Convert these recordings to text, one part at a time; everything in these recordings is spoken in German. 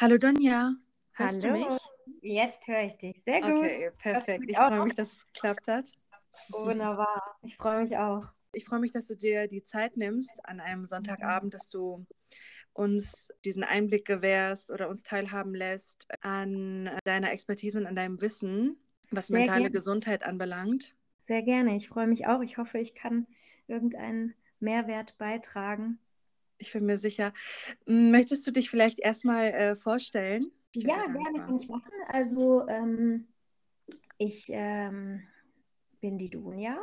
Hallo Donja, hörst du Hallo, mich? jetzt höre ich dich. Sehr gut. Okay, Hörst du perfekt. mich Ich freue auch? mich, dass es geklappt hat. Wunderbar. Ich freue mich auch. Ich freue mich, dass du dir die Zeit nimmst an einem Mhm. Sonntagabend, dass du uns diesen Einblick gewährst oder uns teilhaben lässt an deiner Expertise und an deinem Wissen, was Sehr mentale gerne. Gesundheit anbelangt. Sehr gerne. Ich freue mich auch. Ich hoffe, ich kann irgendeinen Mehrwert beitragen. Ich bin mir sicher. Möchtest du dich vielleicht erstmal vorstellen? Ich wäre Ja, dir gerne dankbar. kann ich machen. Also, ich bin die Dunja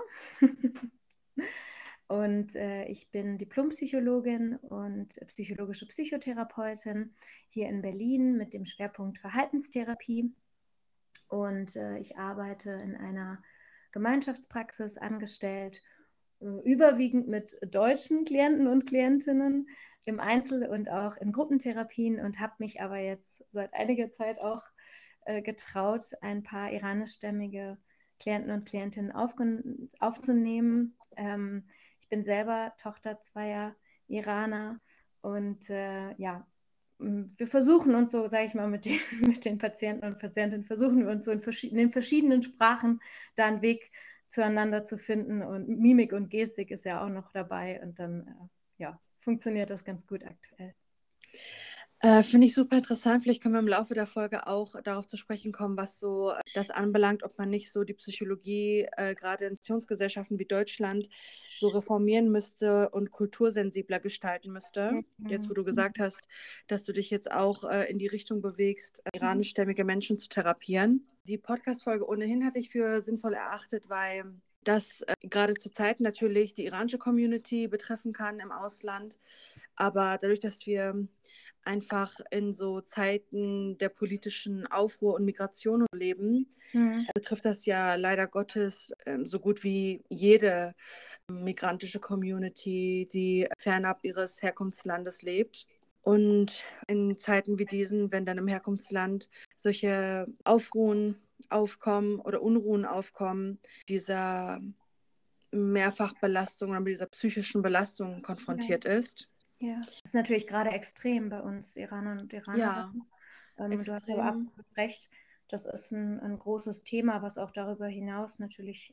und ich bin Diplompsychologin und psychologische Psychotherapeutin hier in Berlin mit dem Schwerpunkt Verhaltenstherapie. Und ich arbeite in einer Gemeinschaftspraxis angestellt, überwiegend mit deutschen Klienten und Klientinnen im Einzel- und auch in Gruppentherapien und habe mich aber jetzt seit einiger Zeit auch getraut, ein paar iranischstämmige Klienten und Klientinnen aufzunehmen. Ich bin selber Tochter zweier Iraner und ja, wir versuchen uns so, sage ich mal, mit den Patienten und Patientinnen, versuchen wir uns so in den verschiedenen Sprachen da einen Weg zueinander zu finden. Und Mimik und Gestik ist ja auch noch dabei. Und dann, ja, funktioniert das ganz gut aktuell. Finde ich super interessant. Vielleicht können wir im Laufe der Folge auch darauf zu sprechen kommen, was so das anbelangt, ob man nicht so die Psychologie gerade in Nationsgesellschaften wie Deutschland so reformieren müsste und kultursensibler gestalten müsste. Jetzt, wo Mhm. du gesagt hast, dass du dich jetzt auch in die Richtung bewegst, iranischstämmige Menschen zu therapieren. Die Podcast-Folge ohnehin hatte ich für sinnvoll erachtet, weil das gerade zu Zeiten natürlich die iranische Community betreffen kann im Ausland. Aber dadurch, dass wir einfach in so Zeiten der politischen Aufruhr und Migration leben, Mhm. betrifft das ja leider Gottes so gut wie jede migrantische Community, die fernab ihres Herkunftslandes lebt. Und in Zeiten wie diesen, wenn dann im Herkunftsland solche Aufruhen aufkommen oder Unruhen aufkommen, dieser Mehrfachbelastung oder mit dieser psychischen Belastung Ja, konfrontiert ist. ja. Das ist natürlich gerade extrem bei uns Iranern und Ja, Iranerinnen. Du hast aber extrem. absolut recht. Das ist ein großes Thema, was auch darüber hinaus natürlich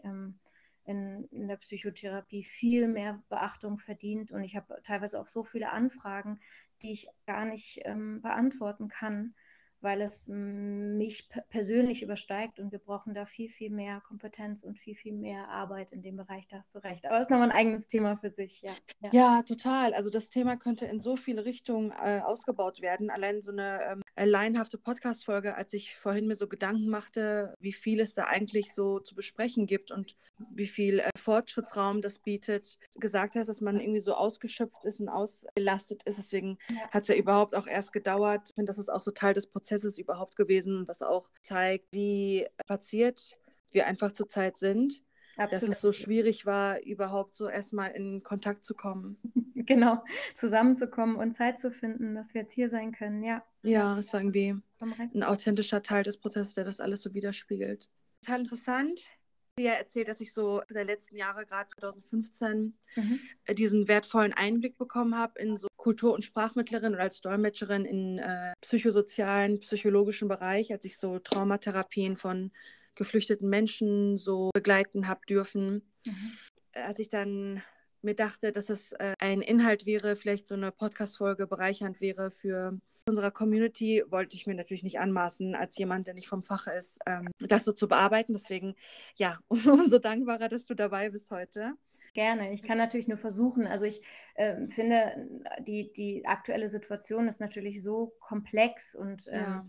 in der Psychotherapie viel mehr Beachtung verdient. Und ich habe teilweise auch so viele Anfragen, die ich gar nicht beantworten kann, weil es mich persönlich übersteigt. Und wir brauchen da viel, viel mehr Kompetenz und viel, viel mehr Arbeit in dem Bereich. Da hast du recht. Aber es ist nochmal ein eigenes Thema für sich. Ja, ja. Ja, total. Also das Thema könnte in so viele Richtungen ausgebaut werden. Allein so eine laienhafte Podcast-Folge, als ich vorhin mir so Gedanken machte, wie viel es da eigentlich so zu besprechen gibt und wie viel Fortschrittsraum das bietet. Gesagt hast, dass man irgendwie so ausgeschöpft ist und ausgelastet ist. Deswegen Ja, hat es ja überhaupt auch erst gedauert. Ich finde, das ist auch so Teil des Prozesses überhaupt gewesen, was auch zeigt, wie passiert wir einfach zurzeit sind, dass es so absolut. schwierig war, überhaupt so erstmal in Kontakt zu kommen. Genau, zusammenzukommen und Zeit zu finden, dass wir jetzt hier sein können. Ja, ja, Ja, es war irgendwie vollkommen recht. ein authentischer Teil des Prozesses, der das alles so widerspiegelt. Total interessant. Ich habe ja erzählt, dass ich so der letzten Jahre, gerade 2015, Mhm. diesen wertvollen Einblick bekommen habe in so Kultur- und Sprachmittlerin oder als Dolmetscherin in psychosozialen, psychologischen Bereich, als ich so Traumatherapien von geflüchteten Menschen so begleiten habe dürfen. Mhm. Als ich dann mir dachte, dass es ein Inhalt wäre, vielleicht so eine Podcast-Folge bereichernd wäre für unserer Community, wollte ich mir natürlich nicht anmaßen, als jemand, der nicht vom Fach ist, das so zu bearbeiten. Deswegen, ja, umso dankbarer, dass du dabei bist heute. Gerne. Ich kann natürlich nur versuchen. Also ich finde, die aktuelle Situation ist natürlich so komplex und Ja,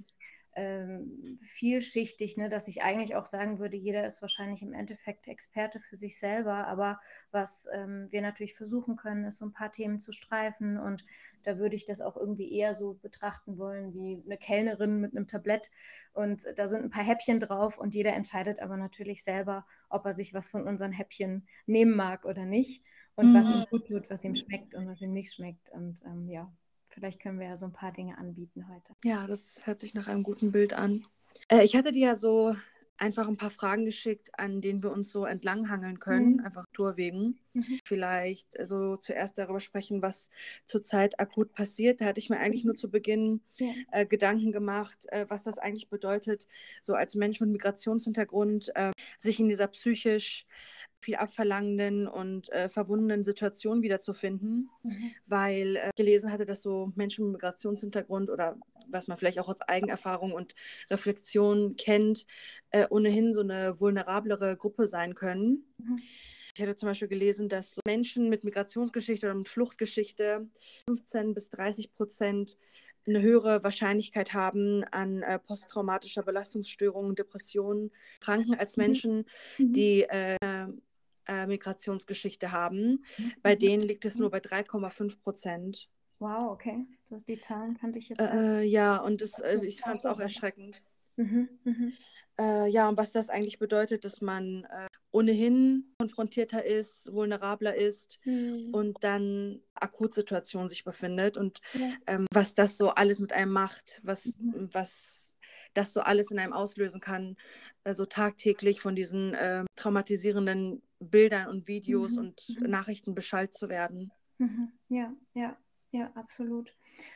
vielschichtig, ne, dass ich eigentlich auch sagen würde, jeder ist wahrscheinlich im Endeffekt Experte für sich selber. Aber was wir natürlich versuchen können, ist so ein paar Themen zu streifen. Und da würde ich das auch irgendwie eher so betrachten wollen wie eine Kellnerin mit einem Tablett. Und da sind ein paar Häppchen drauf und jeder entscheidet aber natürlich selber, ob er sich was von unseren Häppchen nehmen mag oder nicht. Und was ihm mhm. gut tut, was ihm schmeckt und was ihm nicht schmeckt. Und ja, vielleicht können wir ja so ein paar Dinge anbieten heute. Ja, das hört sich nach einem guten Bild an. Ich hatte dir ja so einfach ein paar Fragen geschickt, an denen wir uns so entlanghangeln können, einfach Tourwegen. Vielleicht so zuerst darüber sprechen, was zurzeit akut passiert. Da hatte ich mir eigentlich nur zu Beginn Gedanken gemacht, was das eigentlich bedeutet, so als Mensch mit Migrationshintergrund, sich in dieser psychisch viel abverlangenden und verwundenen Situation wiederzufinden, weil ich gelesen hatte, dass so Menschen mit Migrationshintergrund oder was man vielleicht auch aus Eigenerfahrung und Reflexion kennt, ohnehin so eine vulnerablere Gruppe sein können. Ich hatte zum Beispiel gelesen, dass so Menschen mit Migrationsgeschichte oder mit Fluchtgeschichte 15-30% eine höhere Wahrscheinlichkeit haben, an posttraumatischer Belastungsstörung, Depressionen kranken als Menschen, die Migrationsgeschichte haben. Bei denen liegt es nur bei 3,5%. Wow, okay. Die Zahlen kannte ich jetzt ja, und ich fand es auch erschreckend. Ja, und was das eigentlich bedeutet, dass man ohnehin konfrontierter ist, vulnerabler ist und dann Akutsituation sich befindet und was das so alles mit einem macht, was das so alles in einem auslösen kann, so tagtäglich von diesen traumatisierenden Bildern und Videos und Nachrichten beschallt zu werden. Ja, absolut.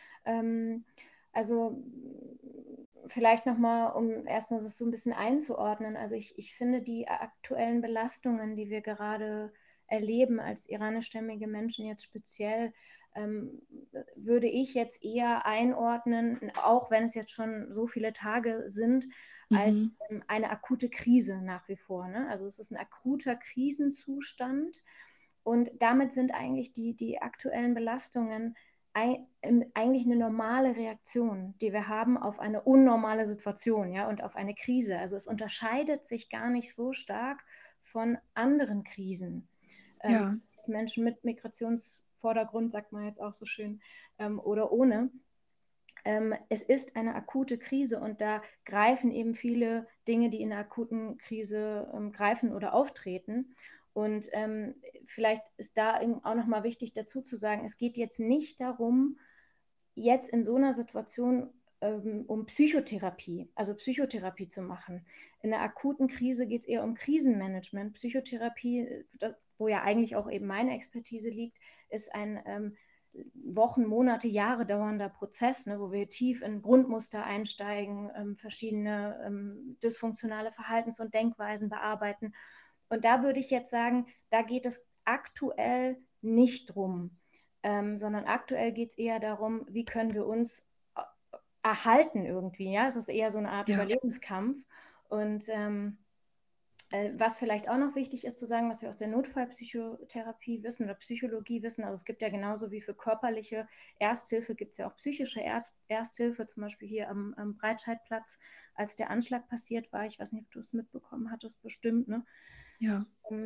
Also vielleicht nochmal, um erstmal das so ein bisschen einzuordnen. Also ich finde die aktuellen Belastungen, die wir gerade erleben als iranischstämmige Menschen jetzt speziell, würde ich jetzt eher einordnen, auch wenn es jetzt schon so viele Tage sind, als eine akute Krise nach wie vor. Ne? Also es ist ein akuter Krisenzustand und damit sind eigentlich die aktuellen Belastungen eigentlich eine normale Reaktion, die wir haben auf eine unnormale Situation, ja, und auf eine Krise. Also es unterscheidet sich gar nicht so stark von anderen Krisen. Menschen mit Migrationsvordergrund, sagt man jetzt auch so schön, oder ohne. Es ist eine akute Krise und da greifen eben viele Dinge, die in einer akuten Krise greifen oder auftreten. Und vielleicht ist da eben auch nochmal wichtig dazu zu sagen, es geht jetzt nicht darum, jetzt in so einer Situation um Psychotherapie, also Psychotherapie zu machen. In einer akuten Krise geht es eher um Krisenmanagement. Psychotherapie, wo ja eigentlich auch eben meine Expertise liegt, ist ein Wochen, Monate, Jahre dauernder Prozess, ne, wo wir tief in Grundmuster einsteigen, verschiedene dysfunktionale Verhaltens- und Denkweisen bearbeiten. Und da würde ich jetzt sagen, da geht es aktuell nicht drum, sondern aktuell geht es eher darum, wie können wir uns erhalten irgendwie. Ja? Es ist eher so eine Art Überlebenskampf. Und was vielleicht auch noch wichtig ist zu sagen, was wir aus der Notfallpsychotherapie wissen oder Psychologie wissen, also es gibt ja genauso wie für körperliche Ersthilfe, gibt es ja auch psychische Ersthilfe, zum Beispiel hier am Breitscheidplatz, als der Anschlag passiert war. Ich weiß nicht, ob du es mitbekommen hattest, bestimmt, ne? Ja.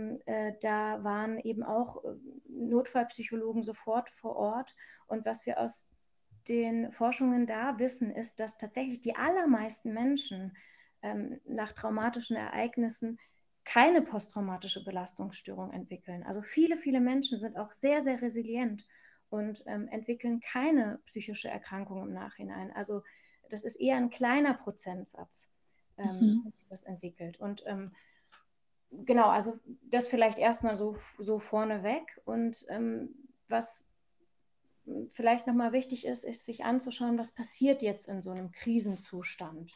Da waren eben auch Notfallpsychologen sofort vor Ort. Und was wir aus den Forschungen da wissen, ist, dass tatsächlich die allermeisten Menschen nach traumatischen Ereignissen keine posttraumatische Belastungsstörung entwickeln. Also viele, viele Menschen sind auch sehr, sehr resilient und entwickeln keine psychische Erkrankung im Nachhinein. Also das ist eher ein kleiner Prozentsatz, das entwickelt. Und genau, also das vielleicht erstmal so vorneweg. Und was vielleicht nochmal wichtig ist, ist sich anzuschauen, was passiert jetzt in so einem Krisenzustand.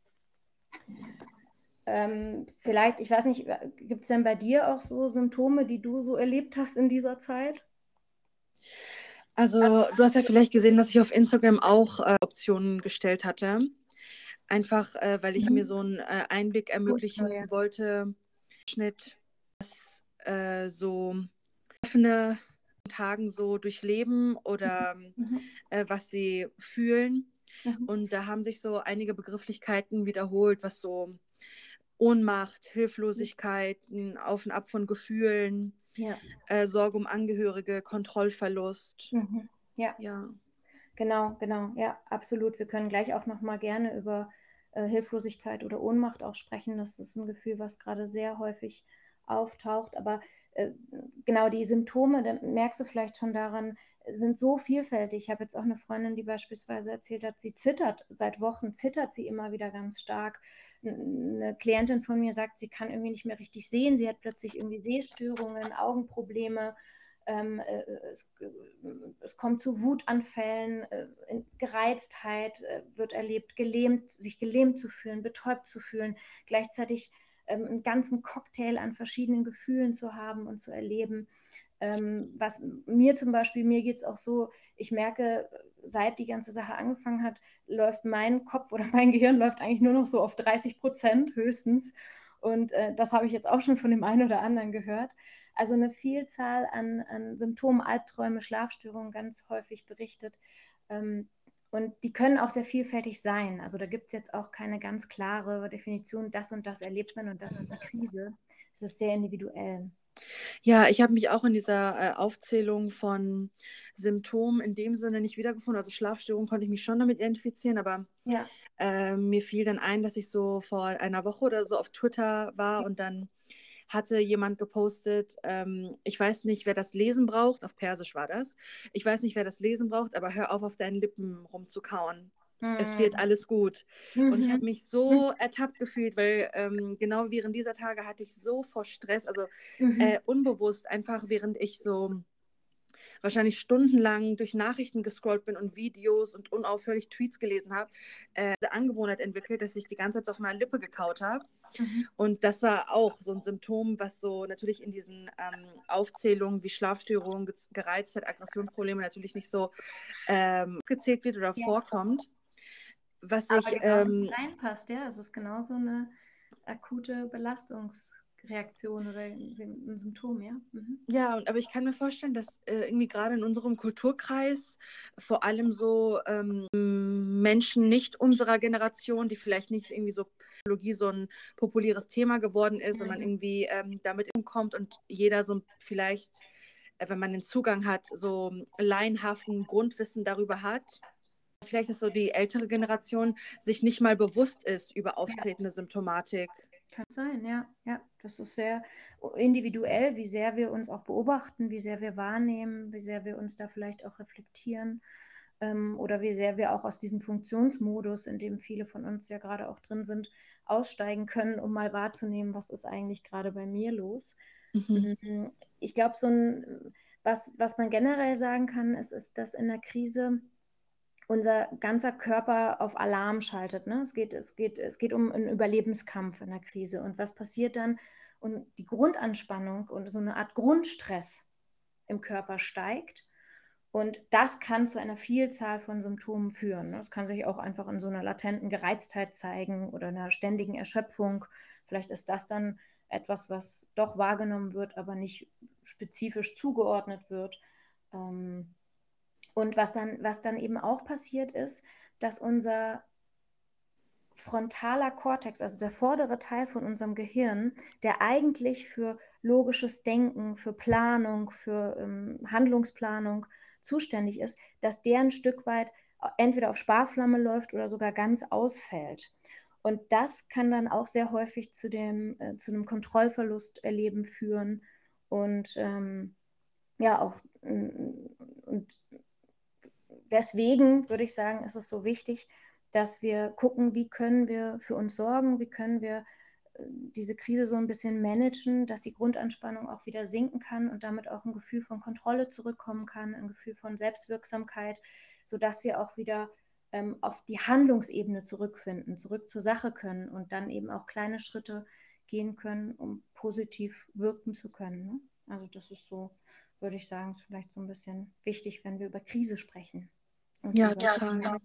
Vielleicht, ich weiß nicht, gibt es denn bei dir auch so Symptome, die du so erlebt hast in dieser Zeit? Also du hast ja vielleicht gesehen, dass ich auf Instagram auch Optionen gestellt hatte. Einfach, weil ich mir so einen Einblick ermöglichen wollte, Schnitt, was so offene Tagen so durchleben oder was sie fühlen. Und da haben sich so einige Begrifflichkeiten wiederholt, was so Ohnmacht, Hilflosigkeit, ein Auf und Ab von Gefühlen, Sorge um Angehörige, Kontrollverlust. Ja. Genau, ja, absolut. Wir können gleich auch noch mal gerne über Hilflosigkeit oder Ohnmacht auch sprechen. Das ist ein Gefühl, was gerade sehr häufig auftaucht. Aber genau die Symptome, da merkst du vielleicht schon daran, sind so vielfältig. Ich habe jetzt auch eine Freundin, die beispielsweise erzählt hat, sie zittert, seit Wochen zittert sie immer wieder ganz stark. Eine Klientin von mir sagt, sie kann irgendwie nicht mehr richtig sehen, sie hat plötzlich irgendwie Sehstörungen, Augenprobleme. Es kommt zu Wutanfällen, Gereiztheit wird erlebt, sich gelähmt zu fühlen, betäubt zu fühlen, gleichzeitig einen ganzen Cocktail an verschiedenen Gefühlen zu haben und zu erleben. Was mir zum Beispiel, mir geht es auch so, ich merke, seit die ganze Sache angefangen hat, läuft mein Kopf oder mein Gehirn läuft eigentlich nur noch so auf 30% höchstens. Und das habe ich jetzt auch schon von dem einen oder anderen gehört. Also eine Vielzahl an Symptomen, Albträume, Schlafstörungen ganz häufig berichtet. Und die können auch sehr vielfältig sein. Also da gibt es jetzt auch keine ganz klare Definition, das und das erlebt man und das ist eine Krise. Es ist sehr individuell. Ja, ich habe mich auch in dieser Aufzählung von Symptomen in dem Sinne nicht wiedergefunden. Also Schlafstörungen konnte ich mich schon damit identifizieren, aber Ja. mir fiel dann ein, dass ich so vor einer Woche oder so auf Twitter war und dann hatte jemand gepostet, ich weiß nicht, wer das Lesen braucht, auf Persisch war das, ich weiß nicht, wer das Lesen braucht, aber hör auf deinen Lippen rumzukauen. Es wird alles gut. Und ich habe mich so ertappt gefühlt, weil genau während dieser Tage hatte ich so vor Stress, also unbewusst, einfach während ich so wahrscheinlich stundenlang durch Nachrichten gescrollt bin und Videos und unaufhörlich Tweets gelesen habe, diese Angewohnheit entwickelt, dass ich die ganze Zeit auf meiner Lippe gekaut habe. Und das war auch so ein Symptom, was so natürlich in diesen Aufzählungen wie Schlafstörungen, Gereiztheit, Aggressionsprobleme natürlich nicht so gezählt wird oder Ja. vorkommt. Was Aber ich genauso reinpasst, ja. Es ist genauso eine akute Belastungsreaktion oder ein Symptom, ja. Ja, aber ich kann mir vorstellen, dass irgendwie gerade in unserem Kulturkreis vor allem so Menschen nicht unserer Generation, die vielleicht nicht irgendwie so Psychologie so ein populäres Thema geworden ist und man irgendwie damit umkommt und jeder so vielleicht, wenn man den Zugang hat, so laienhaften Grundwissen darüber hat. Vielleicht ist so die ältere Generation sich nicht mal bewusst ist über auftretende Symptomatik. Kann sein, ja. Ja, das ist sehr individuell, wie sehr wir uns auch beobachten, wie sehr wir wahrnehmen, wie sehr wir uns da vielleicht auch reflektieren oder wie sehr wir auch aus diesem Funktionsmodus, in dem viele von uns ja gerade auch drin sind, aussteigen können, um mal wahrzunehmen, was ist eigentlich gerade bei mir los. Ich glaube, was man generell sagen kann, ist, dass in der Krise unser ganzer Körper auf Alarm schaltet. Ne? Es geht um einen Überlebenskampf in der Krise. Und was passiert dann? Und die Grundanspannung und so eine Art Grundstress im Körper steigt. Und das kann zu einer Vielzahl von Symptomen führen. Das kann sich auch einfach in so einer latenten Gereiztheit zeigen oder einer ständigen Erschöpfung. Vielleicht ist das dann etwas, was doch wahrgenommen wird, aber nicht spezifisch zugeordnet wird. Und was dann eben auch passiert ist, dass unser frontaler Kortex, also der vordere Teil von unserem Gehirn, der eigentlich für logisches Denken, für Planung, für Handlungsplanung zuständig ist, dass der ein Stück weit entweder auf Sparflamme läuft oder sogar ganz ausfällt. Und das kann dann auch sehr häufig zu einem Kontrollverlust erleben führen und ja auch und deswegen würde ich sagen, ist es so wichtig, dass wir gucken, wie können wir für uns sorgen, wie können wir diese Krise so ein bisschen managen, dass die Grundanspannung auch wieder sinken kann und damit auch ein Gefühl von Kontrolle zurückkommen kann, ein Gefühl von Selbstwirksamkeit, sodass wir auch wieder auf die Handlungsebene zurückfinden, zurück zur Sache können und dann eben auch kleine Schritte gehen können, um positiv wirken zu können. Ne? Also das ist so, würde ich sagen, ist vielleicht so ein bisschen wichtig, wenn wir über Krise sprechen. Ja, total.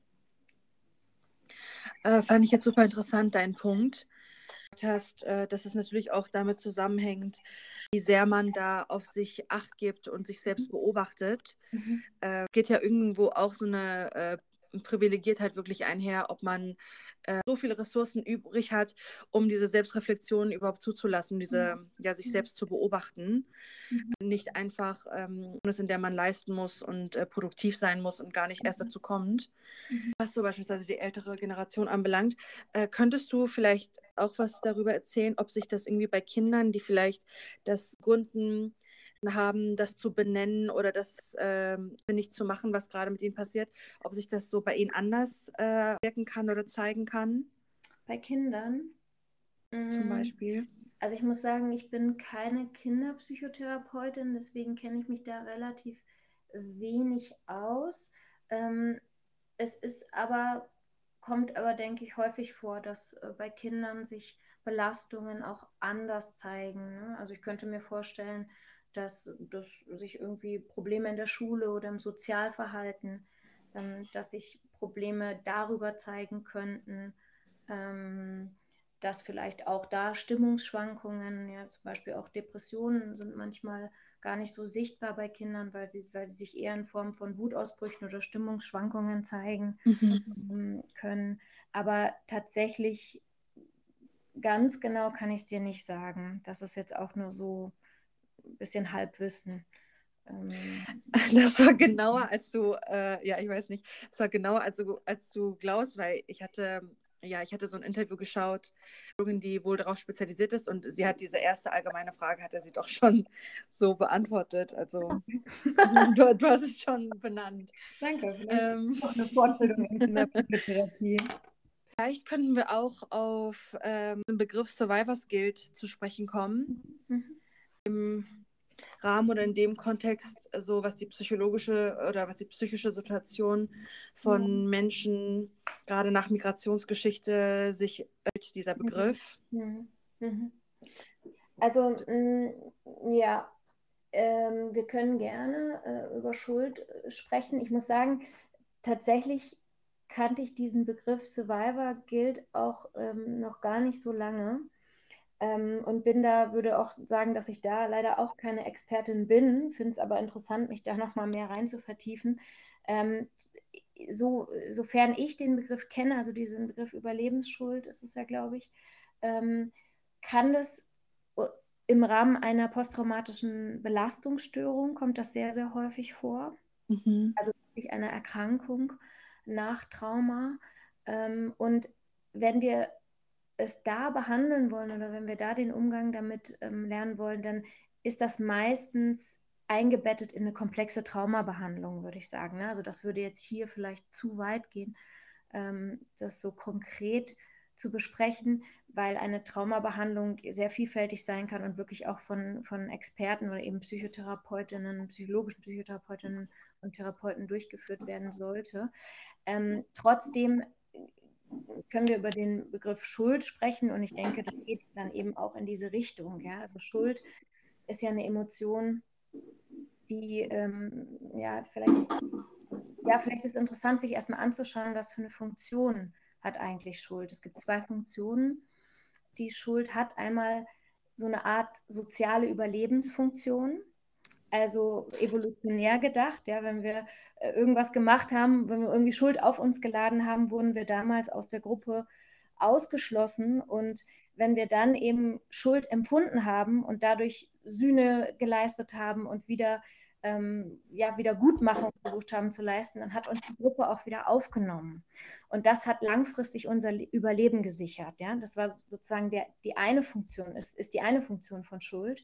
Fand ich jetzt super interessant, deinen Punkt. Hast, dass es natürlich auch damit zusammenhängt, wie sehr man da auf sich Acht gibt und sich selbst beobachtet. Geht ja irgendwo auch so eine Privilegiertheit wirklich einher, ob man so viele Ressourcen übrig hat, um diese Selbstreflexion überhaupt zuzulassen, sich selbst zu beobachten. Nicht einfach in der man leisten muss und produktiv sein muss und gar nicht erst dazu kommt. Was so beispielsweise die ältere Generation anbelangt, könntest du vielleicht auch was darüber erzählen, ob sich das irgendwie bei Kindern, die vielleicht das Gründen haben, das zu benennen oder das nicht zu machen, was gerade mit ihnen passiert, ob sich das so bei ihnen anders wirken kann oder zeigen kann? Bei Kindern? Zum Beispiel. Also ich muss sagen, ich bin keine Kinderpsychotherapeutin, deswegen kenne ich mich da relativ wenig aus. Es ist aber, kommt aber, denke ich, häufig vor, dass bei Kindern sich Belastungen auch anders zeigen. Ne? Also ich könnte mir vorstellen, dass sich irgendwie Probleme in der Schule oder im Sozialverhalten, dass sich Probleme darüber zeigen könnten, dass vielleicht auch da Stimmungsschwankungen, ja, zum Beispiel auch Depressionen sind manchmal gar nicht so sichtbar bei Kindern, weil sie sich eher in Form von Wutausbrüchen oder Stimmungsschwankungen zeigen können. Aber tatsächlich ganz genau kann ich es dir nicht sagen. Das ist jetzt auch nur so ein bisschen Halbwissen. Das war genauer, als du, ich weiß nicht, es war genauer, als du glaubst, weil ich hatte so ein Interview geschaut, die wohl darauf spezialisiert ist und sie hat diese erste allgemeine Frage, hat er sie doch schon so beantwortet. Also du hast es schon benannt. Danke, vielleicht noch eine Fortbildung in der Psychotherapie. Vielleicht könnten wir auch auf den Begriff Survivor's Guilt zu sprechen kommen. Im Rahmen oder in dem Kontext, so was die psychische Situation von Menschen gerade nach Migrationsgeschichte sich dieser Begriff. Also ja, wir können gerne über Schuld sprechen. Ich muss sagen, tatsächlich kannte ich diesen Begriff Survivor Guilt auch noch gar nicht so lange. Und würde auch sagen, dass ich da leider auch keine Expertin bin, finde es aber interessant, mich da nochmal mehr rein zu vertiefen. Sofern ich den Begriff kenne, also diesen Begriff Überlebensschuld ist es ja, glaube ich, kann das im Rahmen einer posttraumatischen Belastungsstörung kommt das sehr, sehr häufig vor. Also wirklich eine Erkrankung nach Trauma. Und wenn wir es da behandeln wollen oder wenn wir da den Umgang damit lernen wollen, dann ist das meistens eingebettet in eine komplexe Traumabehandlung, würde ich sagen. Ne? Also das würde jetzt hier vielleicht zu weit gehen, das so konkret zu besprechen, weil eine Traumabehandlung sehr vielfältig sein kann und wirklich auch von Experten oder eben Psychotherapeutinnen, psychologischen Psychotherapeutinnen und Therapeuten durchgeführt werden sollte. Trotzdem können wir über den Begriff Schuld sprechen und ich denke, das geht dann eben auch in diese Richtung. Ja? Also Schuld ist ja eine Emotion, die vielleicht ist es interessant, sich erstmal anzuschauen, was für eine Funktion hat eigentlich Schuld. Es gibt zwei Funktionen, die Schuld hat. Einmal so eine Art soziale Überlebensfunktion, also evolutionär gedacht, ja, wenn wir irgendwas gemacht haben, wenn wir irgendwie Schuld auf uns geladen haben, wurden wir damals aus der Gruppe ausgeschlossen und wenn wir dann eben Schuld empfunden haben und dadurch Sühne geleistet haben und wieder Wiedergutmachung versucht haben zu leisten, dann hat uns die Gruppe auch wieder aufgenommen. Und das hat langfristig unser Überleben gesichert. Ja? Das war sozusagen die eine Funktion, ist die eine Funktion von Schuld.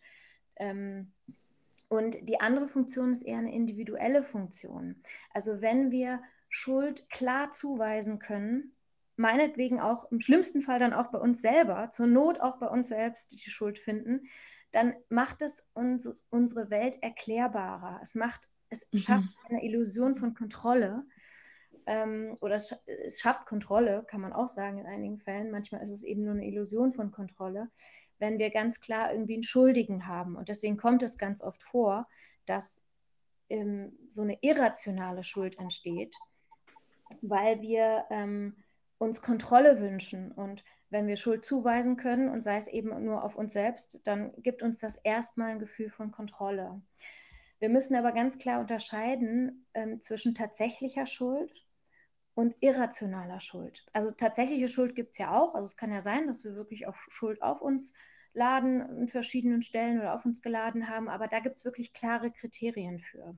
Und die andere Funktion ist eher eine individuelle Funktion. Also wenn wir Schuld klar zuweisen können, meinetwegen auch im schlimmsten Fall dann auch bei uns selber, zur Not auch bei uns selbst die Schuld finden, dann macht es unsere Welt erklärbarer. Es schafft eine Illusion von Kontrolle. Oder es schafft Kontrolle, kann man auch sagen in einigen Fällen. Manchmal ist es eben nur eine Illusion von Kontrolle, wenn wir ganz klar irgendwie einen Schuldigen haben. Und deswegen kommt es ganz oft vor, dass so eine irrationale Schuld entsteht, weil wir uns Kontrolle wünschen. Und wenn wir Schuld zuweisen können und sei es eben nur auf uns selbst, dann gibt uns das erstmal ein Gefühl von Kontrolle. Wir müssen aber ganz klar unterscheiden zwischen tatsächlicher Schuld und irrationaler Schuld. Also tatsächliche Schuld gibt es ja auch. Also es kann ja sein, dass wir wirklich auch Schuld auf uns laden an verschiedenen Stellen oder auf uns geladen haben, aber da gibt es wirklich klare Kriterien für.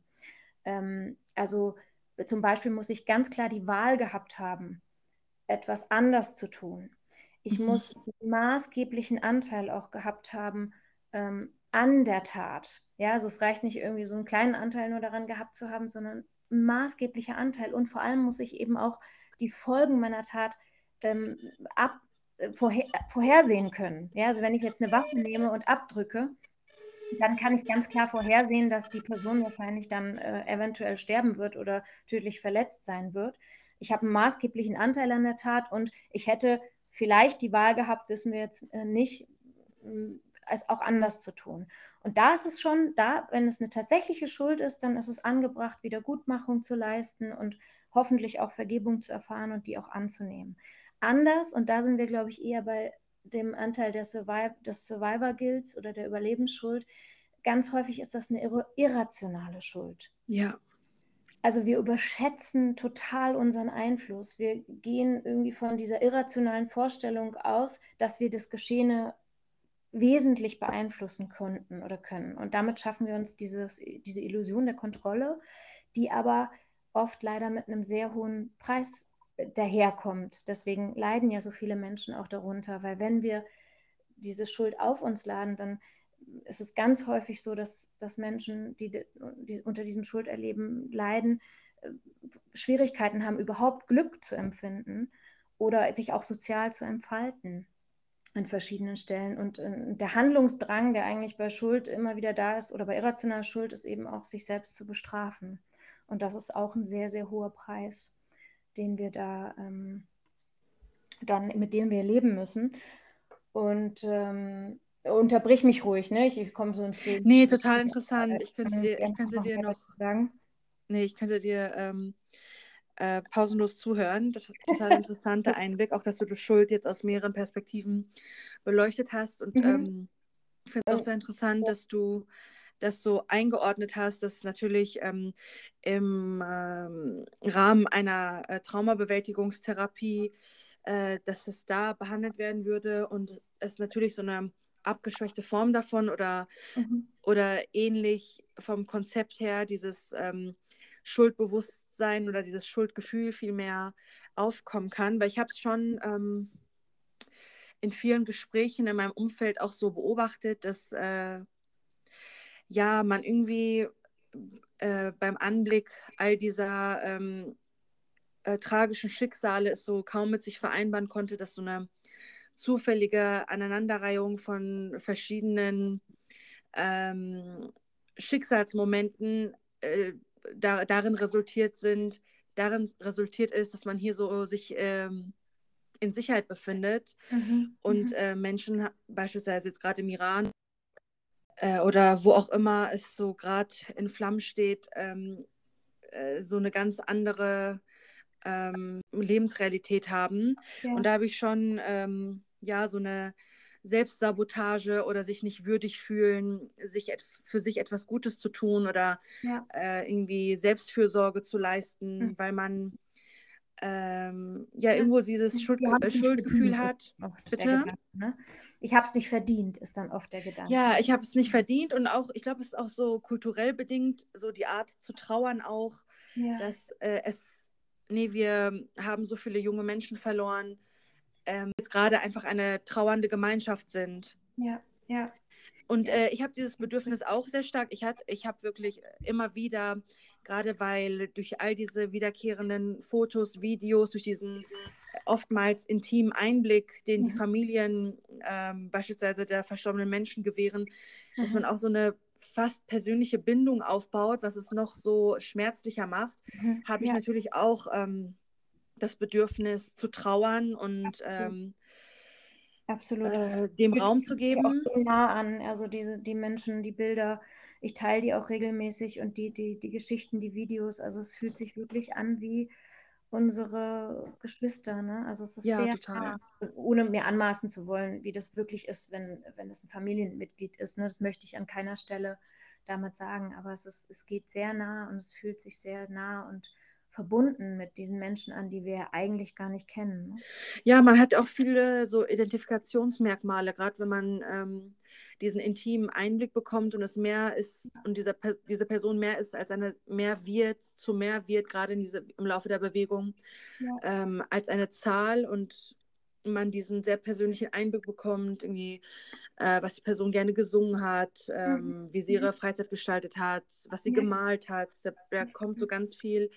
Also zum Beispiel muss ich ganz klar die Wahl gehabt haben, etwas anders zu tun. Ich muss einen maßgeblichen Anteil auch gehabt haben an der Tat. Ja, also es reicht nicht irgendwie so einen kleinen Anteil nur daran gehabt zu haben, sondern ein maßgeblicher Anteil. Und vor allem muss ich eben auch die Folgen meiner Tat ähm, vorhersehen können. Ja, also wenn ich jetzt eine Waffe nehme und abdrücke, dann kann ich ganz klar vorhersehen, dass die Person wahrscheinlich dann eventuell sterben wird oder tödlich verletzt sein wird. Ich habe einen maßgeblichen Anteil an der Tat und ich hätte vielleicht die Wahl gehabt, wissen wir jetzt nicht, es auch anders zu tun. Und da ist es schon, da, wenn es eine tatsächliche Schuld ist, dann ist es angebracht, Wiedergutmachung zu leisten und hoffentlich auch Vergebung zu erfahren und die auch anzunehmen. Anders, und da sind wir, glaube ich, eher bei dem Anteil des Survivor Guilts oder der Überlebensschuld, ganz häufig ist das eine irrationale Schuld. Ja. Also wir überschätzen total unseren Einfluss. Wir gehen irgendwie von dieser irrationalen Vorstellung aus, dass wir das Geschehene wesentlich beeinflussen konnten oder können. Und damit schaffen wir uns diese Illusion der Kontrolle, die aber oft leider mit einem sehr hohen Preis daherkommt. Deswegen leiden ja so viele Menschen auch darunter, weil wenn wir diese Schuld auf uns laden, dann ist es ganz häufig so, dass Menschen, die unter diesem Schulderleben leiden, Schwierigkeiten haben, überhaupt Glück zu empfinden oder sich auch sozial zu entfalten an verschiedenen Stellen. Und der Handlungsdrang, der eigentlich bei Schuld immer wieder da ist oder bei irrationaler Schuld, ist eben auch, sich selbst zu bestrafen. Und das ist auch ein sehr, sehr hoher Preis, den wir da dann, mit dem wir leben müssen. Und unterbrich mich ruhig, ne? Ich komme so ins Reden. Nee, total interessant. Ich könnte dir, ich Gerne könnte noch dir mehr noch, dazu sagen. nee, ich könnte dir pausenlos zuhören. Das ist ein total interessanter Einblick, auch dass du die Schuld jetzt aus mehreren Perspektiven beleuchtet hast. Und ich finde es auch sehr interessant, dass du das so eingeordnet hast, dass natürlich im Rahmen einer Traumabewältigungstherapie, dass es da behandelt werden würde und es natürlich so eine abgeschwächte Form davon oder ähnlich vom Konzept her dieses Schuldbewusstsein oder dieses Schuldgefühl viel mehr aufkommen kann, weil ich habe es schon in vielen Gesprächen in meinem Umfeld auch so beobachtet, dass ja, man irgendwie beim Anblick all dieser tragischen Schicksale es so kaum mit sich vereinbaren konnte, dass so eine zufällige Aneinanderreihung von verschiedenen Schicksalsmomenten darin resultiert ist, dass man hier so sich in Sicherheit befindet und Menschen beispielsweise jetzt gerade im Iran oder wo auch immer es so gerade in Flammen steht, so eine ganz andere Lebensrealität haben. Ja. Und da habe ich schon ja so eine Selbstsabotage oder sich nicht würdig fühlen, für sich etwas Gutes zu tun oder Ja. irgendwie Selbstfürsorge zu leisten, weil man ja irgendwo dieses Wir haben es nicht Schuldgefühl verdient, ist hat. oft der Bitte? Gedanke. Ne? Ich habe es nicht verdient, ist dann oft der Gedanke. Ja, ich habe es nicht verdient und auch, ich glaube, es ist auch so kulturell bedingt, so die Art zu trauern auch, Ja. dass nee, wir haben so viele junge Menschen verloren, jetzt gerade einfach eine trauernde Gemeinschaft sind. Ja, ja. Und Ja. ich habe dieses Bedürfnis auch sehr stark. Ich habe wirklich immer wieder, gerade weil durch all diese wiederkehrenden Fotos, Videos, durch diesen oftmals intimen Einblick, den die Familien beispielsweise der verstorbenen Menschen gewähren, dass man auch so eine fast persönliche Bindung aufbaut, was es noch so schmerzlicher macht, habe ich Ja, natürlich auch das Bedürfnis zu trauern und absolut. dem Fühlt sich Raum zu wirklich auch geben. so nah an. Also die Menschen, die Bilder, ich teile die auch regelmäßig und die Geschichten, die Videos. Also es fühlt sich wirklich an wie unsere Geschwister, ne? Also es ist Ja, sehr total. nah, ohne mir anmaßen zu wollen, wie das wirklich ist, wenn es ein Familienmitglied ist. Ne? Das möchte ich an keiner Stelle damit sagen, aber es geht sehr nah und es fühlt sich sehr nah verbunden mit diesen Menschen an, die wir eigentlich gar nicht kennen. Ne? Ja, man hat auch viele so Identifikationsmerkmale, gerade wenn man diesen intimen Einblick bekommt und es mehr ist und diese Person mehr ist, als eine mehr wird, gerade im Laufe der Bewegung, Ja. als eine Zahl und man diesen sehr persönlichen Einblick bekommt, irgendwie, was die Person gerne gesungen hat, Mhm. wie sie ihre Freizeit gestaltet hat, was sie Ja. gemalt hat. Da kommt so ganz viel,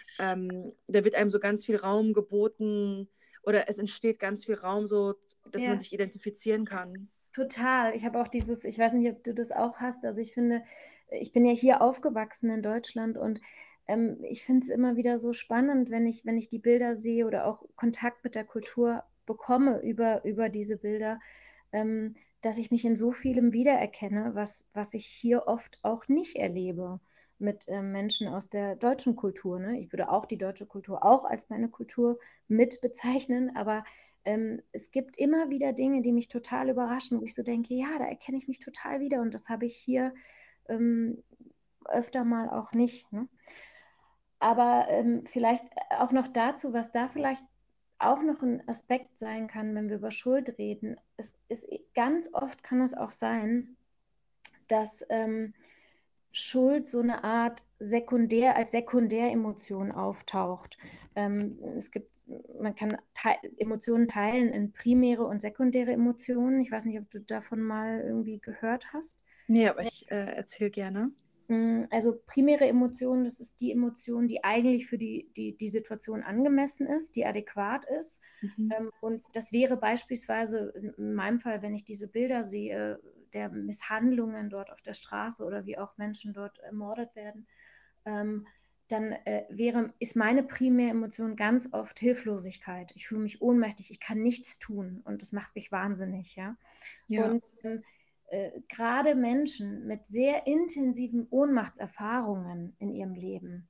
da wird einem so ganz viel Raum geboten oder es entsteht ganz viel Raum, so dass man Ja. sich identifizieren kann. Total. Ich habe auch ich weiß nicht, ob du das auch hast. Also ich finde, ich bin ja hier aufgewachsen in Deutschland und ich finde es immer wieder so spannend, wenn ich die Bilder sehe oder auch Kontakt mit der Kultur bekomme über diese Bilder, dass ich mich in so vielem wiedererkenne, was ich hier oft auch nicht erlebe mit Menschen aus der deutschen Kultur. Ne? Ich würde auch die deutsche Kultur auch als meine Kultur mit bezeichnen, aber es gibt immer wieder Dinge, die mich total überraschen, wo ich so denke, ja, da erkenne ich mich total wieder und das habe ich hier ähm, öfter mal auch nicht. Ne? Aber vielleicht auch noch dazu, was da vielleicht auch noch ein Aspekt sein kann, wenn wir über Schuld reden. Ganz oft kann es auch sein, dass Schuld so eine Art als Sekundäremotion auftaucht. Man kann Emotionen teilen in primäre und sekundäre Emotionen. Ich weiß nicht, ob du davon mal irgendwie gehört hast. Nee, aber ich erzähle gerne. Also primäre Emotion, das ist die Emotion, die eigentlich für die Situation angemessen ist, die adäquat ist. Mhm. Und das wäre beispielsweise in meinem Fall, wenn ich diese Bilder sehe, der Misshandlungen dort auf der Straße oder wie auch Menschen dort ermordet werden, dann ist meine primäre Emotion ganz oft Hilflosigkeit. Ich fühle mich ohnmächtig, ich kann nichts tun und das macht mich wahnsinnig, ja. Ja. Und gerade Menschen mit sehr intensiven Ohnmachtserfahrungen in ihrem Leben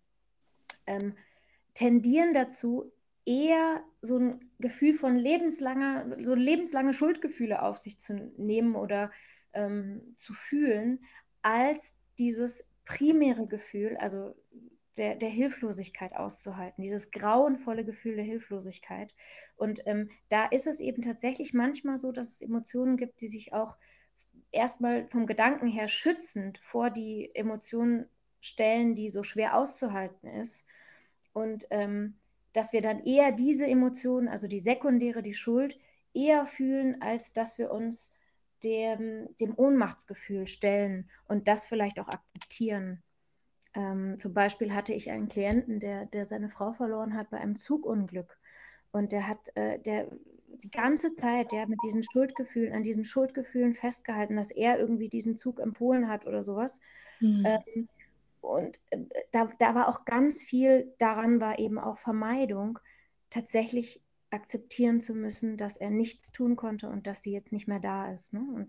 tendieren dazu, eher so ein Gefühl von so lebenslange Schuldgefühle auf sich zu nehmen oder zu fühlen, als dieses primäre Gefühl, also der Hilflosigkeit auszuhalten, dieses grauenvolle Gefühl der Hilflosigkeit. Und da ist es eben tatsächlich manchmal so, dass es Emotionen gibt, die sich auch erstmal vom Gedanken her schützend vor die Emotionen stellen, die so schwer auszuhalten ist. Und dass wir dann eher diese Emotionen, also die sekundäre, die Schuld, eher fühlen, als dass wir uns dem Ohnmachtsgefühl stellen und das vielleicht auch akzeptieren. Zum Beispiel hatte ich einen Klienten, der seine Frau verloren hat bei einem Zugunglück. Und der die ganze Zeit, der mit diesen Schuldgefühlen, an diesen Schuldgefühlen festgehalten, dass er irgendwie diesen Zug empfohlen hat oder sowas. Mhm. Und da war auch ganz viel daran, war eben auch Vermeidung, tatsächlich akzeptieren zu müssen, dass er nichts tun konnte und dass sie jetzt nicht mehr da ist. Ne? Und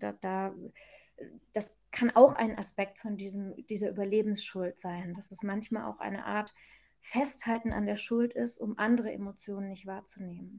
das kann auch ein Aspekt von dieser Überlebensschuld sein, dass es manchmal auch eine Art Festhalten an der Schuld ist, um andere Emotionen nicht wahrzunehmen.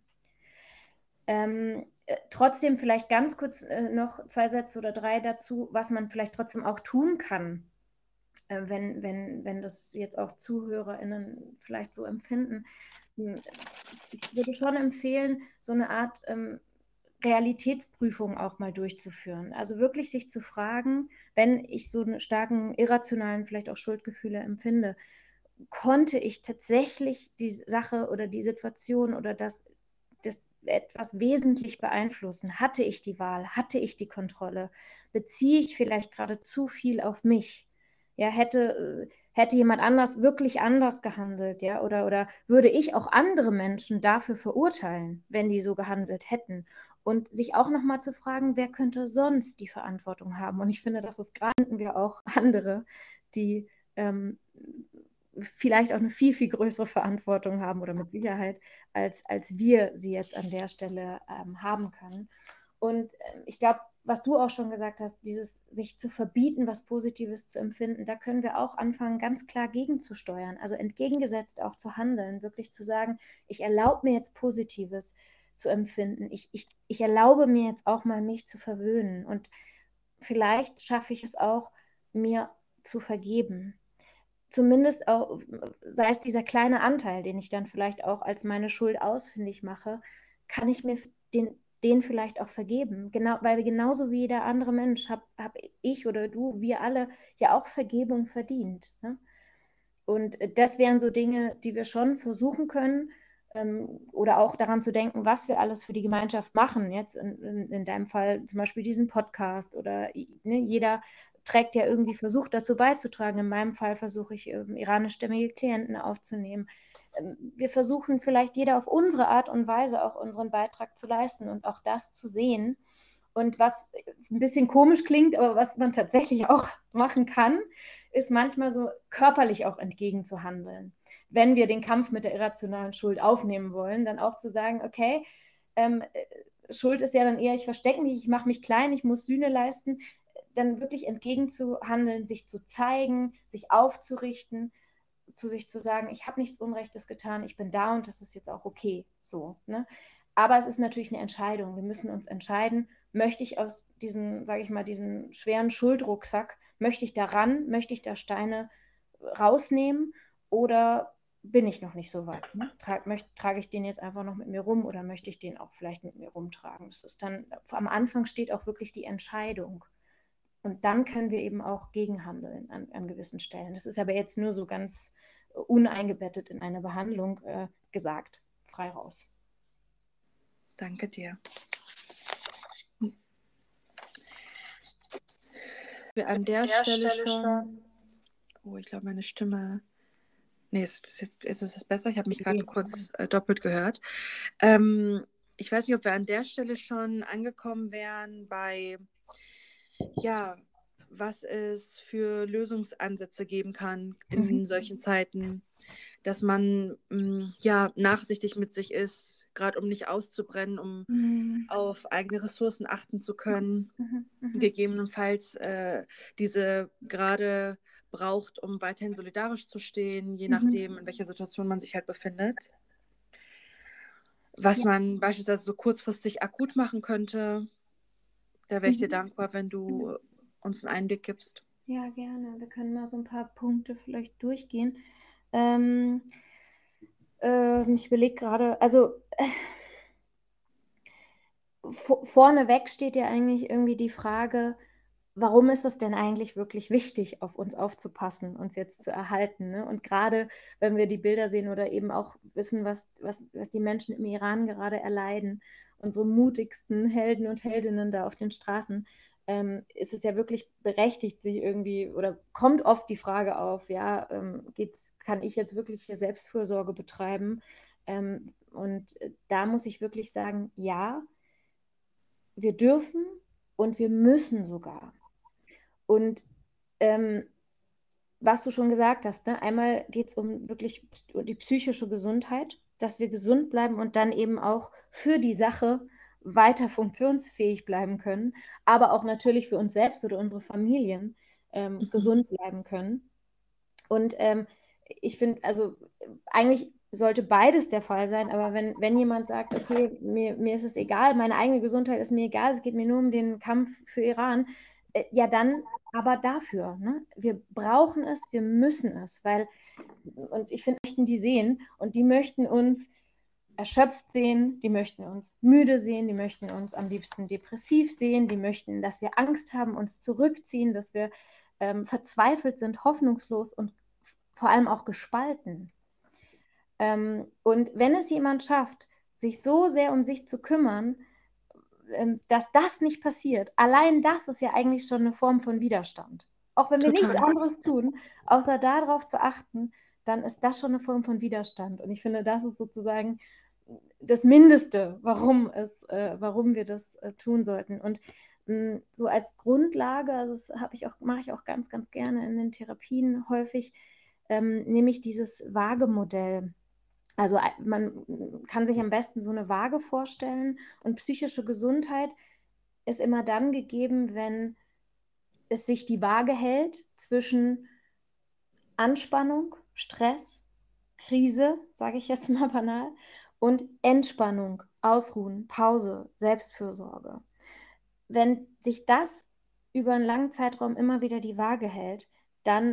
Trotzdem vielleicht ganz kurz noch 2 Sätze oder 3 dazu, was man vielleicht trotzdem auch tun kann, wenn das jetzt auch ZuhörerInnen vielleicht so empfinden. Ich würde schon empfehlen, so eine Art Realitätsprüfung auch mal durchzuführen. Also wirklich sich zu fragen, wenn ich so einen starken irrationalen, vielleicht auch Schuldgefühle empfinde, konnte ich tatsächlich die Sache oder die Situation oder das etwas wesentlich beeinflussen? Hatte ich die Wahl? Hatte ich die Kontrolle? Beziehe ich vielleicht gerade zu viel auf mich? Ja, hätte jemand anders wirklich anders gehandelt, ja, oder würde ich auch andere Menschen dafür verurteilen, wenn die so gehandelt hätten? Und sich auch nochmal zu fragen, wer könnte sonst die Verantwortung haben? Und ich finde, das ist gerade wir auch andere, die vielleicht auch eine viel, viel größere Verantwortung haben oder mit Sicherheit, als wir sie jetzt an der Stelle haben können. Und ich glaube, was du auch schon gesagt hast, dieses sich zu verbieten, was Positives zu empfinden, da können wir auch anfangen, ganz klar gegenzusteuern, also entgegengesetzt auch zu handeln, wirklich zu sagen, ich erlaube mir jetzt Positives zu empfinden. Ich erlaube mir jetzt auch mal, mich zu verwöhnen. Und vielleicht schaffe ich es auch, mir zu vergeben. zumindest auch, sei es dieser kleine Anteil, den ich dann vielleicht auch als meine Schuld ausfindig mache, kann ich mir den vielleicht auch vergeben. Genau, weil genauso wie jeder andere Mensch hab ich oder du, wir alle ja auch Vergebung verdient. Ne? Und das wären so Dinge, die wir schon versuchen können, oder auch daran zu denken, was wir alles für die Gemeinschaft machen. Jetzt in deinem Fall zum Beispiel diesen Podcast oder ne, jeder trägt ja irgendwie, versucht dazu beizutragen. In meinem Fall versuche ich, iranischstämmige Klienten aufzunehmen. Wir versuchen vielleicht jeder auf unsere Art und Weise auch unseren Beitrag zu leisten und auch das zu sehen. Und was ein bisschen komisch klingt, aber was man tatsächlich auch machen kann, ist manchmal so körperlich auch entgegenzuhandeln. Wenn wir den Kampf mit der irrationalen Schuld aufnehmen wollen, dann auch zu sagen, okay, Schuld ist ja dann eher, ich verstecke mich, ich mache mich klein, ich muss Sühne leisten, dann wirklich entgegenzuhandeln, sich zu zeigen, sich aufzurichten, zu sich zu sagen, ich habe nichts Unrechtes getan, ich bin da und das ist jetzt auch okay. So, ne? Aber es ist natürlich eine Entscheidung. Wir müssen uns entscheiden, möchte ich aus diesem, sage ich mal, diesen schweren Schuldrucksack, möchte ich da ran, möchte ich da Steine rausnehmen oder bin ich noch nicht so weit? Ne? Trage ich den jetzt einfach noch mit mir rum oder möchte ich den auch vielleicht mit mir rumtragen? Das ist dann, am Anfang steht auch wirklich die Entscheidung. Und dann können wir eben auch gegenhandeln an gewissen Stellen. Das ist aber jetzt nur so ganz uneingebettet in eine Behandlung gesagt. Frei raus. Danke dir. Wir an der Stelle schon. Oh, ich glaube, meine Stimme. Nee, ist es besser? Ich habe mich gerade kurz doppelt gehört. Ich weiß nicht, ob wir an der Stelle schon angekommen wären bei, ja, was es für Lösungsansätze geben kann in solchen Zeiten, dass man ja nachsichtig mit sich ist, gerade um nicht auszubrennen, um auf eigene Ressourcen achten zu können, gegebenenfalls diese gerade braucht, um weiterhin solidarisch zu stehen, je nachdem, in welcher Situation man sich halt befindet. Was man beispielsweise so kurzfristig akut machen könnte, da wäre ich dir dankbar, wenn du uns einen Einblick gibst. Ja, gerne. Wir können mal so ein paar Punkte vielleicht durchgehen. Ich überlege gerade, also vorneweg steht ja eigentlich irgendwie die Frage, warum ist es denn eigentlich wirklich wichtig, auf uns aufzupassen, uns jetzt zu erhalten? Ne? Und gerade wenn wir die Bilder sehen oder eben auch wissen, was die Menschen im Iran gerade erleiden, unsere mutigsten Helden und Heldinnen da auf den Straßen, ist es ja wirklich berechtigt, sich irgendwie, oder kommt oft die Frage auf, ja, kann ich jetzt wirklich hier Selbstfürsorge betreiben? Und da muss ich wirklich sagen, ja, wir dürfen und wir müssen sogar. Und was du schon gesagt hast, ne? Einmal geht es um wirklich die psychische Gesundheit, dass wir gesund bleiben und dann eben auch für die Sache weiter funktionsfähig bleiben können, aber auch natürlich für uns selbst oder unsere Familien gesund bleiben können. Und ich finde, also eigentlich sollte beides der Fall sein, aber wenn jemand sagt, okay, mir ist es egal, meine eigene Gesundheit ist mir egal, es geht mir nur um den Kampf für Iran, ja dann aber dafür. Ne? Wir brauchen es, wir müssen es, weil, und ich finde, möchten die sehen und die möchten uns erschöpft sehen, die möchten uns müde sehen, die möchten uns am liebsten depressiv sehen, die möchten, dass wir Angst haben, uns zurückziehen, dass wir verzweifelt sind, hoffnungslos und vor allem auch gespalten. Und wenn es jemand schafft, sich so sehr um sich zu kümmern, dass das nicht passiert, allein das ist ja eigentlich schon eine Form von Widerstand. Auch wenn wir nichts anderes tun, außer darauf zu achten, dann ist das schon eine Form von Widerstand. Und ich finde, das ist sozusagen das Mindeste, warum wir das tun sollten. Und so als Grundlage, also das mache ich auch ganz, ganz gerne in den Therapien häufig, nehme ich dieses Waagemodell. Also man kann sich am besten so eine Waage vorstellen und psychische Gesundheit ist immer dann gegeben, wenn es sich die Waage hält zwischen Anspannung, Stress, Krise, sage ich jetzt mal banal, und Entspannung, Ausruhen, Pause, Selbstfürsorge. Wenn sich das über einen langen Zeitraum immer wieder die Waage hält, dann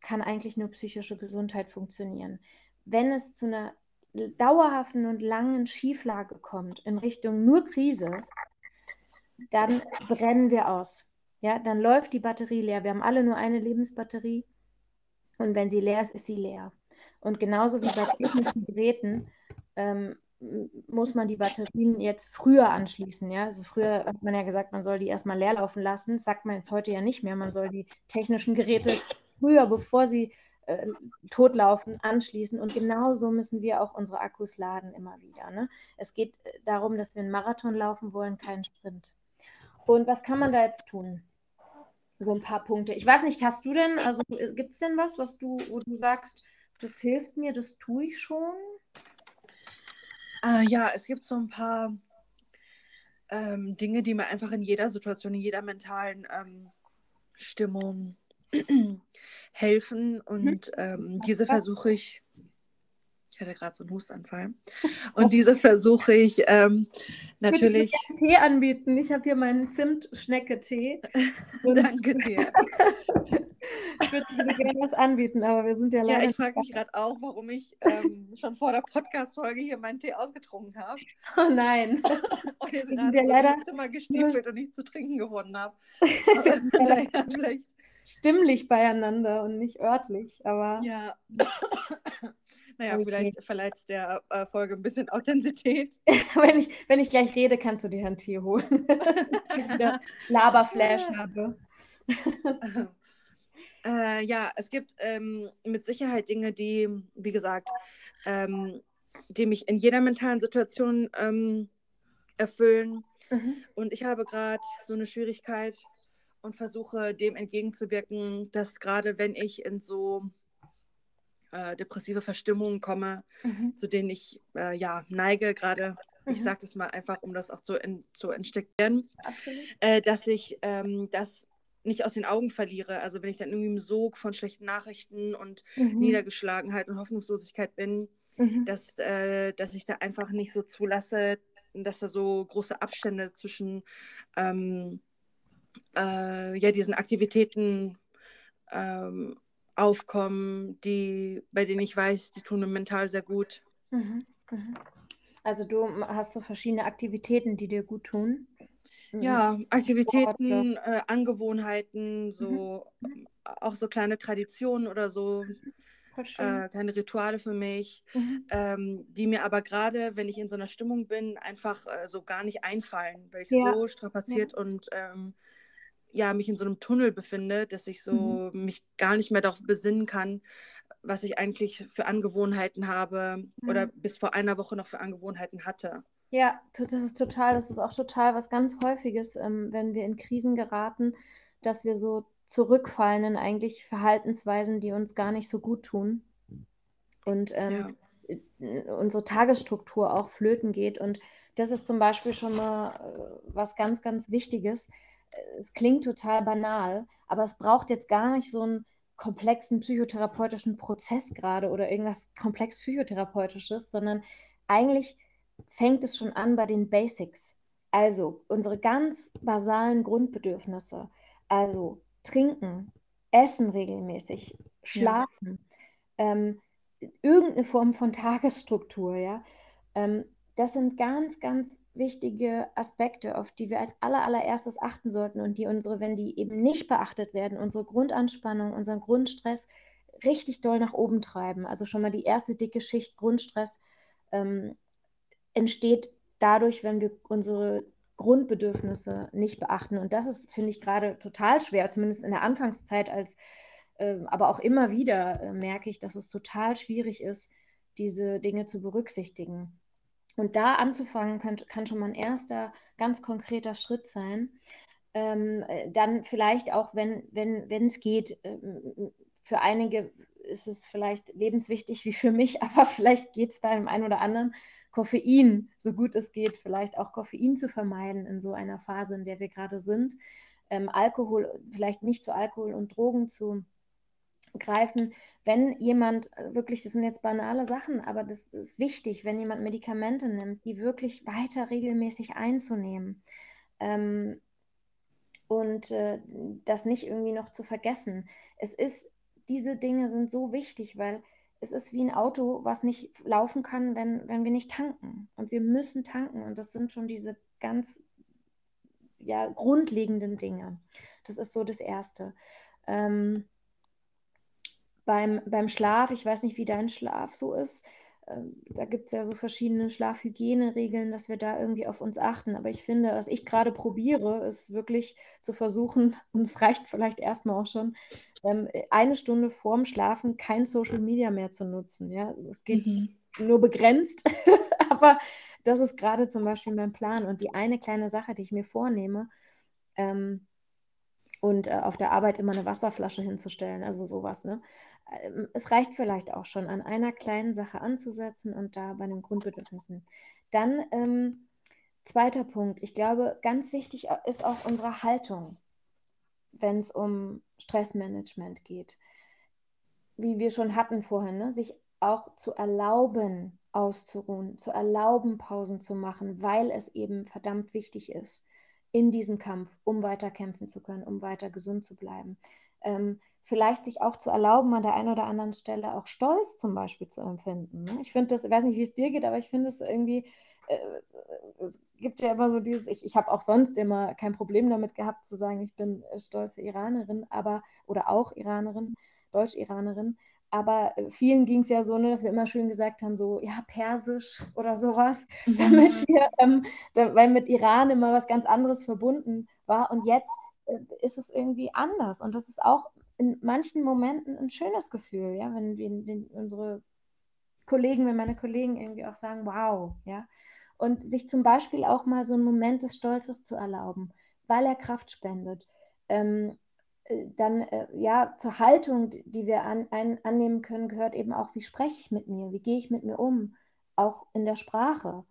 kann eigentlich nur psychische Gesundheit funktionieren. Wenn es zu einer dauerhaften und langen Schieflage kommt in Richtung nur Krise, dann brennen wir aus. Ja, dann läuft die Batterie leer. Wir haben alle nur eine Lebensbatterie und wenn sie leer ist, ist sie leer. Und genauso wie bei technischen Geräten muss man die Batterien jetzt früher anschließen. Ja? Also früher hat man ja gesagt, man soll die erstmal leer laufen lassen. Das sagt man jetzt heute ja nicht mehr. Man soll die technischen Geräte früher, bevor sie totlaufen, anschließen. Und genauso müssen wir auch unsere Akkus laden immer wieder. Ne? Es geht darum, dass wir einen Marathon laufen wollen, keinen Sprint. Und was kann man da jetzt tun? So ein paar Punkte. Ich weiß nicht, hast du denn, also gibt es denn was, wo du sagst, das hilft mir, das tue ich schon? Ja, es gibt so ein paar Dinge, die mir einfach in jeder Situation, in jeder mentalen Stimmung helfen. Und diese versuche ich. Ich hatte gerade so einen Hustanfall. Und diese versuche ich natürlich. Ich würde dir Tee anbieten. Ich habe hier meinen Zimt-Schnecke-Tee. Danke dir. Ich würde dir gerne was anbieten, aber wir sind ja leider. Ja, ich frage mich gerade auch, warum ich schon vor der Podcast-Folge hier meinen Tee ausgetrunken habe. Oh nein. Und jetzt Wir gerade sind ja so leider ins Zimmer gestiefelt und nichts zu trinken gewonnen habe. wir sind ja leider vielleicht. stimmlich beieinander und nicht örtlich, aber Ja. Naja, okay. vielleicht verleiht es der Folge ein bisschen Authentizität. Wenn ich gleich rede, kannst du dir einen Tee holen. Dass ich wieder Laberflash habe. Ja, es gibt mit Sicherheit Dinge, die, wie gesagt, die mich in jeder mentalen Situation erfüllen. Mhm. Und ich habe gerade so eine Schwierigkeit und versuche dem entgegenzuwirken, dass gerade wenn ich in so depressive Verstimmungen komme, Mhm. zu denen ich ja neige, gerade, ich sage das mal einfach, um das auch zu entstecken, Absolut. dass ich das nicht aus den Augen verliere. Also wenn ich dann irgendwie im Sog von schlechten Nachrichten und Niedergeschlagenheit und Hoffnungslosigkeit bin, dass ich da einfach nicht so zulasse, dass da so große Abstände zwischen ja, diesen Aktivitäten aufkommen, bei denen ich weiß, die tun mir mental sehr gut. Mhm. Mhm. Also du hast so verschiedene Aktivitäten, die dir gut tun. Ja, Sport oder. Aktivitäten, Angewohnheiten, so auch so kleine Traditionen oder so, Voll schön. kleine Rituale für mich, die mir aber gerade, wenn ich in so einer Stimmung bin, einfach so gar nicht einfallen, weil ich Ja. so strapaziert und ja, mich in so einem Tunnel befinde, dass ich so mich gar nicht mehr darauf besinnen kann, was ich eigentlich für Angewohnheiten habe oder bis vor einer Woche noch für Angewohnheiten hatte. Ja, das ist auch total was ganz Häufiges, wenn wir in Krisen geraten, dass wir so zurückfallen in eigentlich Verhaltensweisen, die uns gar nicht so gut tun und Ja. unsere Tagesstruktur auch flöten geht. Und das ist zum Beispiel schon mal was ganz, ganz Wichtiges. Es klingt total banal, aber es braucht jetzt gar nicht so einen komplexen psychotherapeutischen Prozess gerade oder irgendwas komplex psychotherapeutisches, sondern eigentlich fängt es schon an bei den Basics. Also unsere ganz basalen Grundbedürfnisse, also trinken, essen regelmäßig, Ja. schlafen, irgendeine Form von Tagesstruktur, ja. Das sind ganz, ganz wichtige Aspekte, auf die wir als allererstes achten sollten und die wenn die eben nicht beachtet werden, unsere Grundanspannung, unseren Grundstress richtig doll nach oben treiben. Also schon mal die erste dicke Schicht Grundstress entsteht dadurch, wenn wir unsere Grundbedürfnisse nicht beachten. Und das ist, finde ich, gerade total schwer, zumindest in der Anfangszeit, aber auch immer wieder merke ich, dass es total schwierig ist, diese Dinge zu berücksichtigen. Und da anzufangen kann schon mal ein erster ganz konkreter Schritt sein. Dann vielleicht auch, wenn es geht, für einige ist es vielleicht lebenswichtig wie für mich, aber vielleicht geht es da dem einen oder anderen, Koffein, so gut es geht, vielleicht auch Koffein zu vermeiden in so einer Phase, in der wir gerade sind. Alkohol, vielleicht nicht zu Alkohol und Drogen zu greifen. Wenn jemand wirklich, das sind jetzt banale Sachen, aber das ist wichtig, wenn jemand Medikamente nimmt, die wirklich weiter regelmäßig einzunehmen. Und das nicht irgendwie noch zu vergessen. Es ist diese Dinge sind so wichtig, weil es ist wie ein Auto, was nicht laufen kann, wenn wir nicht tanken. Und wir müssen tanken. Und das sind schon diese ganz ja, grundlegenden Dinge. Das ist so das Erste. Ähm, beim Schlaf, ich weiß nicht, wie dein Schlaf so ist. Da gibt es ja so verschiedene Schlafhygieneregeln, dass wir da irgendwie auf uns achten. Aber ich finde, was ich gerade probiere, ist wirklich zu versuchen, und es reicht vielleicht erstmal auch schon, eine Stunde vorm Schlafen kein Social Media mehr zu nutzen. Ja, es geht nur begrenzt, aber das ist gerade zum Beispiel mein Plan. Und die eine kleine Sache, die ich mir vornehme, und auf der Arbeit immer eine Wasserflasche hinzustellen, also sowas, ne? Es reicht vielleicht auch schon, an einer kleinen Sache anzusetzen und da bei den Grundbedürfnissen. Dann zweiter Punkt. Ich glaube, ganz wichtig ist auch unsere Haltung, wenn es um Stressmanagement geht. Wie wir schon hatten vorhin, ne? Sich auch zu erlauben, auszuruhen, zu erlauben, Pausen zu machen, weil es eben verdammt wichtig ist in diesem Kampf, um weiter kämpfen zu können, um weiter gesund zu bleiben. Vielleicht sich auch zu erlauben, an der einen oder anderen Stelle auch Stolz zum Beispiel zu empfinden. Ne? Ich finde das, ich weiß nicht, wie es dir geht, aber ich finde es irgendwie, äh, es gibt ja immer so dieses, ich habe auch sonst immer kein Problem damit gehabt zu sagen, ich bin stolze Iranerin, aber, oder auch Iranerin, Deutsch-Iranerin, aber vielen ging es ja so, ne, dass wir immer schön gesagt haben, so, ja, Persisch oder sowas, damit wir, weil mit Iran immer was ganz anderes verbunden war. Und jetzt ist es irgendwie anders. Und das ist auch in manchen Momenten ein schönes Gefühl, ja, wenn unsere Kollegen, wenn meine Kollegen irgendwie auch sagen, wow, ja. Und sich zum Beispiel auch mal so einen Moment des Stolzes zu erlauben, weil er Kraft spendet. Dann ja, zur Haltung, die wir annehmen können, gehört eben auch, wie spreche ich mit mir, wie gehe ich mit mir um, auch in der Sprache.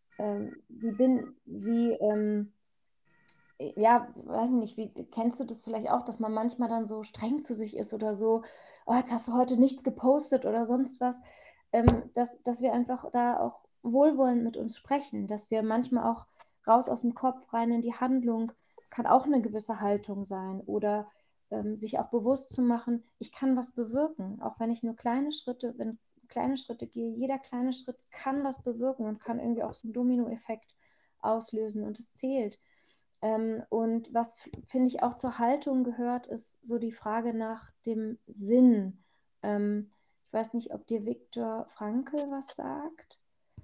Ja, weiß ich nicht, kennst du das vielleicht auch, dass man manchmal dann so streng zu sich ist oder so, oh, jetzt hast du heute nichts gepostet oder sonst was, dass wir einfach da auch wohlwollend mit uns sprechen, dass wir manchmal auch raus aus dem Kopf, rein in die Handlung, kann auch eine gewisse Haltung sein oder sich auch bewusst zu machen, ich kann was bewirken, auch wenn ich nur wenn kleine Schritte gehe, jeder kleine Schritt kann was bewirken und kann irgendwie auch so einen Dominoeffekt auslösen und es zählt. Und was, finde ich, auch zur Haltung gehört, ist so die Frage nach dem Sinn. Ich weiß nicht, ob dir Viktor Frankl was sagt.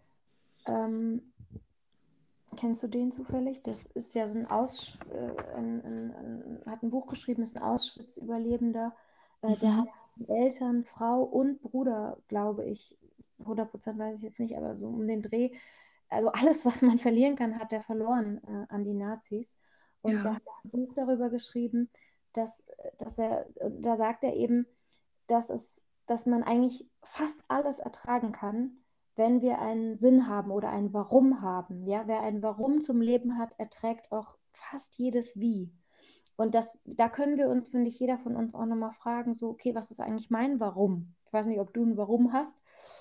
Kennst du den zufällig? Das ist ja so hat ein Buch geschrieben, ist ein Auschwitz-Überlebender. Der hat Eltern, Frau und Bruder, glaube ich, 100% weiß ich jetzt nicht, aber so um den Dreh. Also alles, was man verlieren kann, hat er verloren an die Nazis. Und der Ja. hat ein Buch darüber geschrieben, da sagt er eben, dass man eigentlich fast alles ertragen kann, wenn wir einen Sinn haben oder ein Warum haben. Ja? Wer ein Warum zum Leben hat, erträgt auch fast jedes Wie. Und da können wir uns, finde ich, jeder von uns auch nochmal fragen, so, okay, was ist eigentlich mein Warum? Ich weiß nicht, ob du ein Warum hast.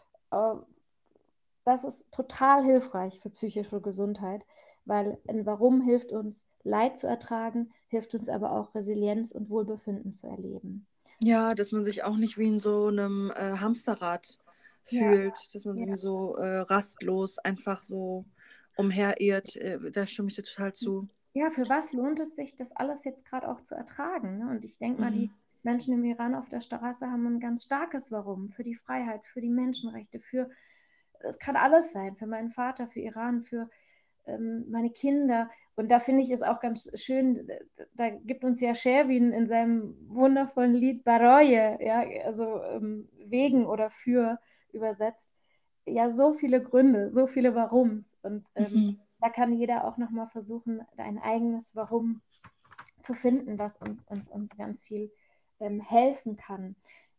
Das ist total hilfreich für psychische Gesundheit, weil ein Warum hilft uns, Leid zu ertragen, hilft uns aber auch Resilienz und Wohlbefinden zu erleben. Ja, dass man sich auch nicht wie in so einem Hamsterrad Ja, fühlt, dass man ja. irgendwie so rastlos einfach so umherirrt. Da stimme ich dir total zu. Ja, für was lohnt es sich, das alles jetzt gerade auch zu ertragen? Ne? Und ich denke mal, die Mhm. Menschen im Iran auf der Straße haben ein ganz starkes Warum für die Freiheit, für die Menschenrechte, es kann alles sein, für meinen Vater, für Iran, für meine Kinder. Und da finde ich es auch ganz schön, da gibt uns ja Sherwin in seinem wundervollen Lied Baroye, ja, also wegen oder für übersetzt, ja, so viele Gründe, so viele Warums. Und Mhm. da kann jeder auch nochmal versuchen, ein eigenes Warum zu finden, was uns ganz viel helfen kann.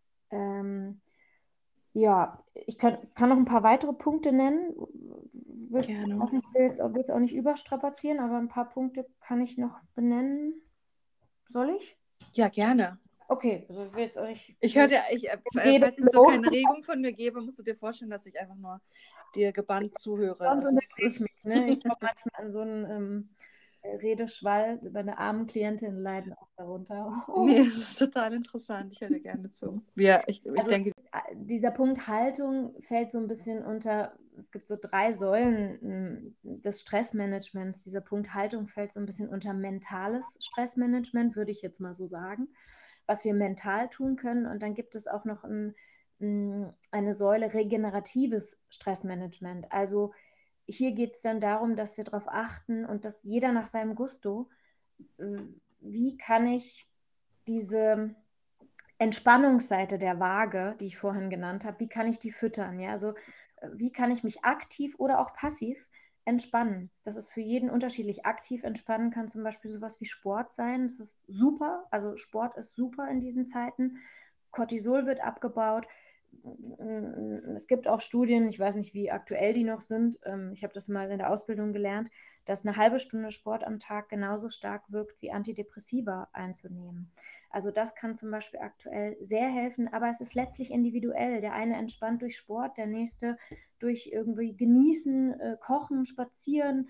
Ja, kann noch ein paar weitere Punkte nennen. Gerne. Weiß nicht, will es auch nicht überstrapazieren, aber ein paar Punkte kann ich noch benennen. Soll ich? Ja, gerne. Okay, also ich will jetzt auch nicht Ich höre dir, falls ich so Redeflow. keine Regung von mir gebe, musst du dir vorstellen, dass ich einfach nur dir gebannt zuhöre. Sonst Es ist, unterbreche ich mich. Ne? Ich komme manchmal an so einen Redeschwall. Meine armen Klientinnen leiden auch darunter. Nee, das ist total interessant. Ich höre dir gerne zu. Ja, ich Also denke, dieser Punkt Haltung fällt so ein bisschen unter, es gibt so 3 Säulen des Stressmanagements. Dieser Punkt Haltung fällt so ein bisschen unter mentales Stressmanagement, würde ich jetzt mal so sagen, was wir mental tun können. Und dann gibt es auch noch eine Säule regeneratives Stressmanagement. Also hier geht es dann darum, dass wir darauf achten und dass jeder nach seinem Gusto, äh, wie kann ich diese Entspannungsseite der Waage, die ich vorhin genannt habe, wie kann ich die füttern? Ja, also wie kann ich mich aktiv oder auch passiv entspannen? Das ist für jeden unterschiedlich. Aktiv entspannen kann zum Beispiel sowas wie Sport sein. Das ist super. Also Sport ist super in diesen Zeiten. Cortisol wird abgebaut. Es gibt auch Studien, ich weiß nicht, wie aktuell die noch sind. Ich habe das mal in der Ausbildung gelernt, dass eine halbe Stunde Sport am Tag genauso stark wirkt wie Antidepressiva einzunehmen. Also das kann zum Beispiel aktuell sehr helfen, aber es ist letztlich individuell. Der eine entspannt durch Sport, der nächste durch irgendwie genießen, kochen, spazieren,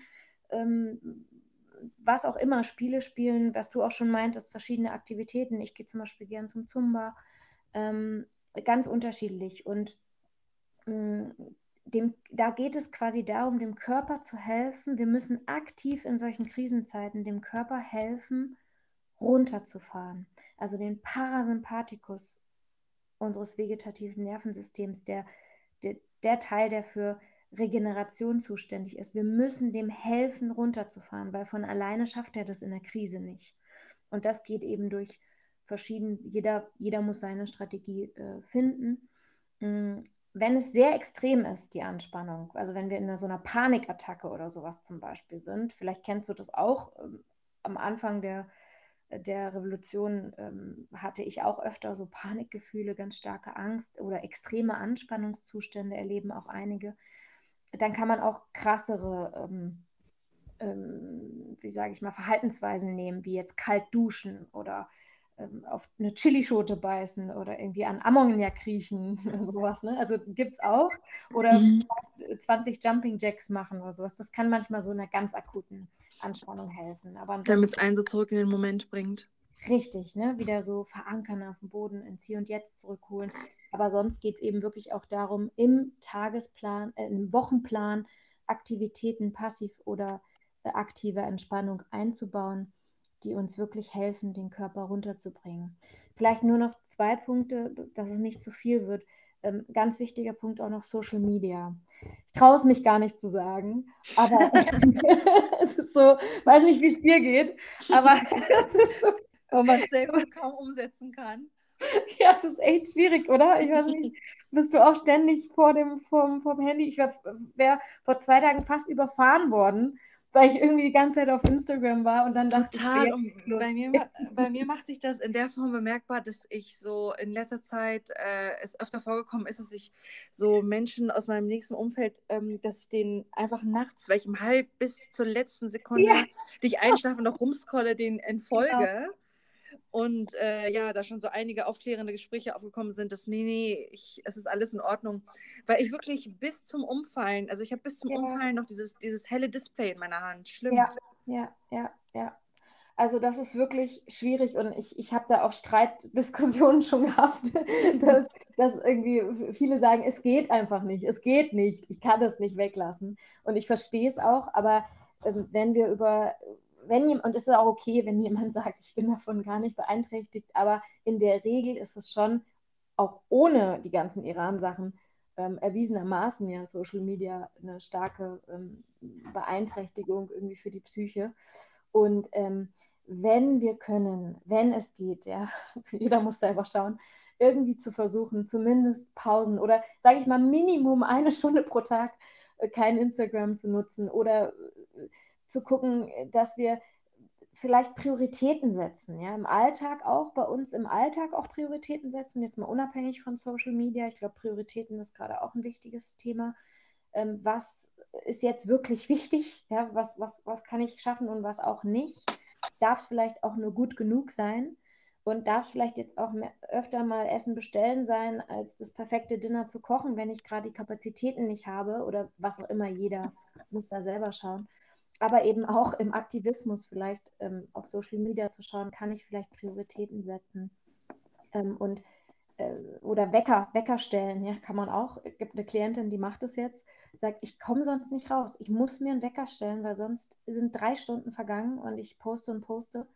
was auch immer, Spiele spielen, was du auch schon meintest, verschiedene Aktivitäten. Ich gehe zum Beispiel gern zum Zumba. Ganz unterschiedlich. Und da geht es quasi darum, dem Körper zu helfen. Wir müssen aktiv in solchen Krisenzeiten dem Körper helfen, runterzufahren. Also den Parasympathikus unseres vegetativen Nervensystems, der Teil, der für Regeneration zuständig ist. Wir müssen dem helfen, runterzufahren, weil von alleine schafft er das in der Krise nicht. Und das geht eben durch jeder muss seine Strategie finden. Wenn es sehr extrem ist, die Anspannung, also wenn wir in so einer Panikattacke oder sowas zum Beispiel sind, vielleicht kennst du das auch, am Anfang der Revolution hatte ich auch öfter so Panikgefühle, ganz starke Angst oder extreme Anspannungszustände erleben auch einige. Dann kann man auch krassere, wie sage ich mal, Verhaltensweisen nehmen, wie jetzt kalt duschen oder auf eine Chilischote beißen oder irgendwie an Ammoniak riechen oder sowas. Ne? Also gibt es auch. Oder 20 Jumping Jacks machen oder sowas. Das kann manchmal so einer ganz akuten Anspannung helfen. Aber damit es ansonsten einen so zurück in den Moment bringt. richtig, ne? Wieder so verankern auf dem Boden, ins Hier und Jetzt zurückholen. Aber sonst geht es eben wirklich auch darum, im Tagesplan, im Wochenplan Aktivitäten passiv oder aktive Entspannung einzubauen, die uns wirklich helfen, den Körper runterzubringen. Vielleicht nur noch 2 Punkte, dass es nicht zu viel wird. Ganz wichtiger Punkt auch noch Social Media. Ich traue es mich gar nicht zu sagen, aber es ist so, weiß nicht, wie es dir geht, aber es ist so. Weil man es selbst so kaum umsetzen kann. Ja, es ist echt schwierig, oder? Ich weiß nicht, bist du auch ständig vom Handy? Ich wär vor 2 Tagen fast überfahren worden, weil ich irgendwie die ganze Zeit auf Instagram war und dann dachte ich, so, Total. jetzt Und ist Schluss. bei mir macht sich das in der Form bemerkbar, dass ich so in letzter Zeit es öfter vorgekommen ist, dass ich so Menschen aus meinem nächsten Umfeld, dass ich denen einfach nachts, weil ich im Halb bis zur letzten Ja, Sekunde, die ich einschlafe, noch rumscrolle, denen genau. entfolge. Und ja, da schon so einige aufklärende Gespräche aufgekommen sind, dass es ist alles in Ordnung. Weil ich wirklich bis zum Umfallen, also ich habe bis zum Ja, Umfallen noch dieses helle Display in meiner Hand. Schlimm. ja, ja, ja, ja. Also das ist wirklich schwierig und ich habe da auch Streitdiskussionen schon gehabt, dass irgendwie viele sagen, es geht einfach nicht, es geht nicht, ich kann das nicht weglassen. Und ich verstehe es auch, aber und es ist auch okay, wenn jemand sagt, ich bin davon gar nicht beeinträchtigt, aber in der Regel ist es schon, auch ohne die ganzen Iran-Sachen, erwiesenermaßen ja Social Media eine starke Beeinträchtigung irgendwie für die Psyche. Und wenn wir können, wenn es geht, ja, jeder muss selber schauen, irgendwie zu versuchen, zumindest Pausen oder sage ich mal Minimum 1 Stunde pro Tag kein Instagram zu nutzen oder zu gucken, dass wir vielleicht Prioritäten setzen, ja, im Alltag auch, bei uns im Alltag auch Prioritäten setzen, jetzt mal unabhängig von Social Media. Ich glaube, Prioritäten ist gerade auch ein wichtiges Thema. Was ist jetzt wirklich wichtig? Ja, was kann ich schaffen und was auch nicht? Darf es vielleicht auch nur gut genug sein? Und darf es vielleicht jetzt auch öfter mal Essen bestellen sein, als das perfekte Dinner zu kochen, wenn ich gerade die Kapazitäten nicht habe oder was auch immer, jeder muss da selber schauen. aber eben auch im Aktivismus vielleicht auf Social Media zu schauen, kann ich vielleicht Prioritäten setzen und oder Wecker stellen, ja, kann man auch. Es gibt eine Klientin, die macht das jetzt, sagt, ich komme sonst nicht raus. Ich muss mir einen Wecker stellen, weil sonst sind 3 Stunden vergangen und ich poste und poste.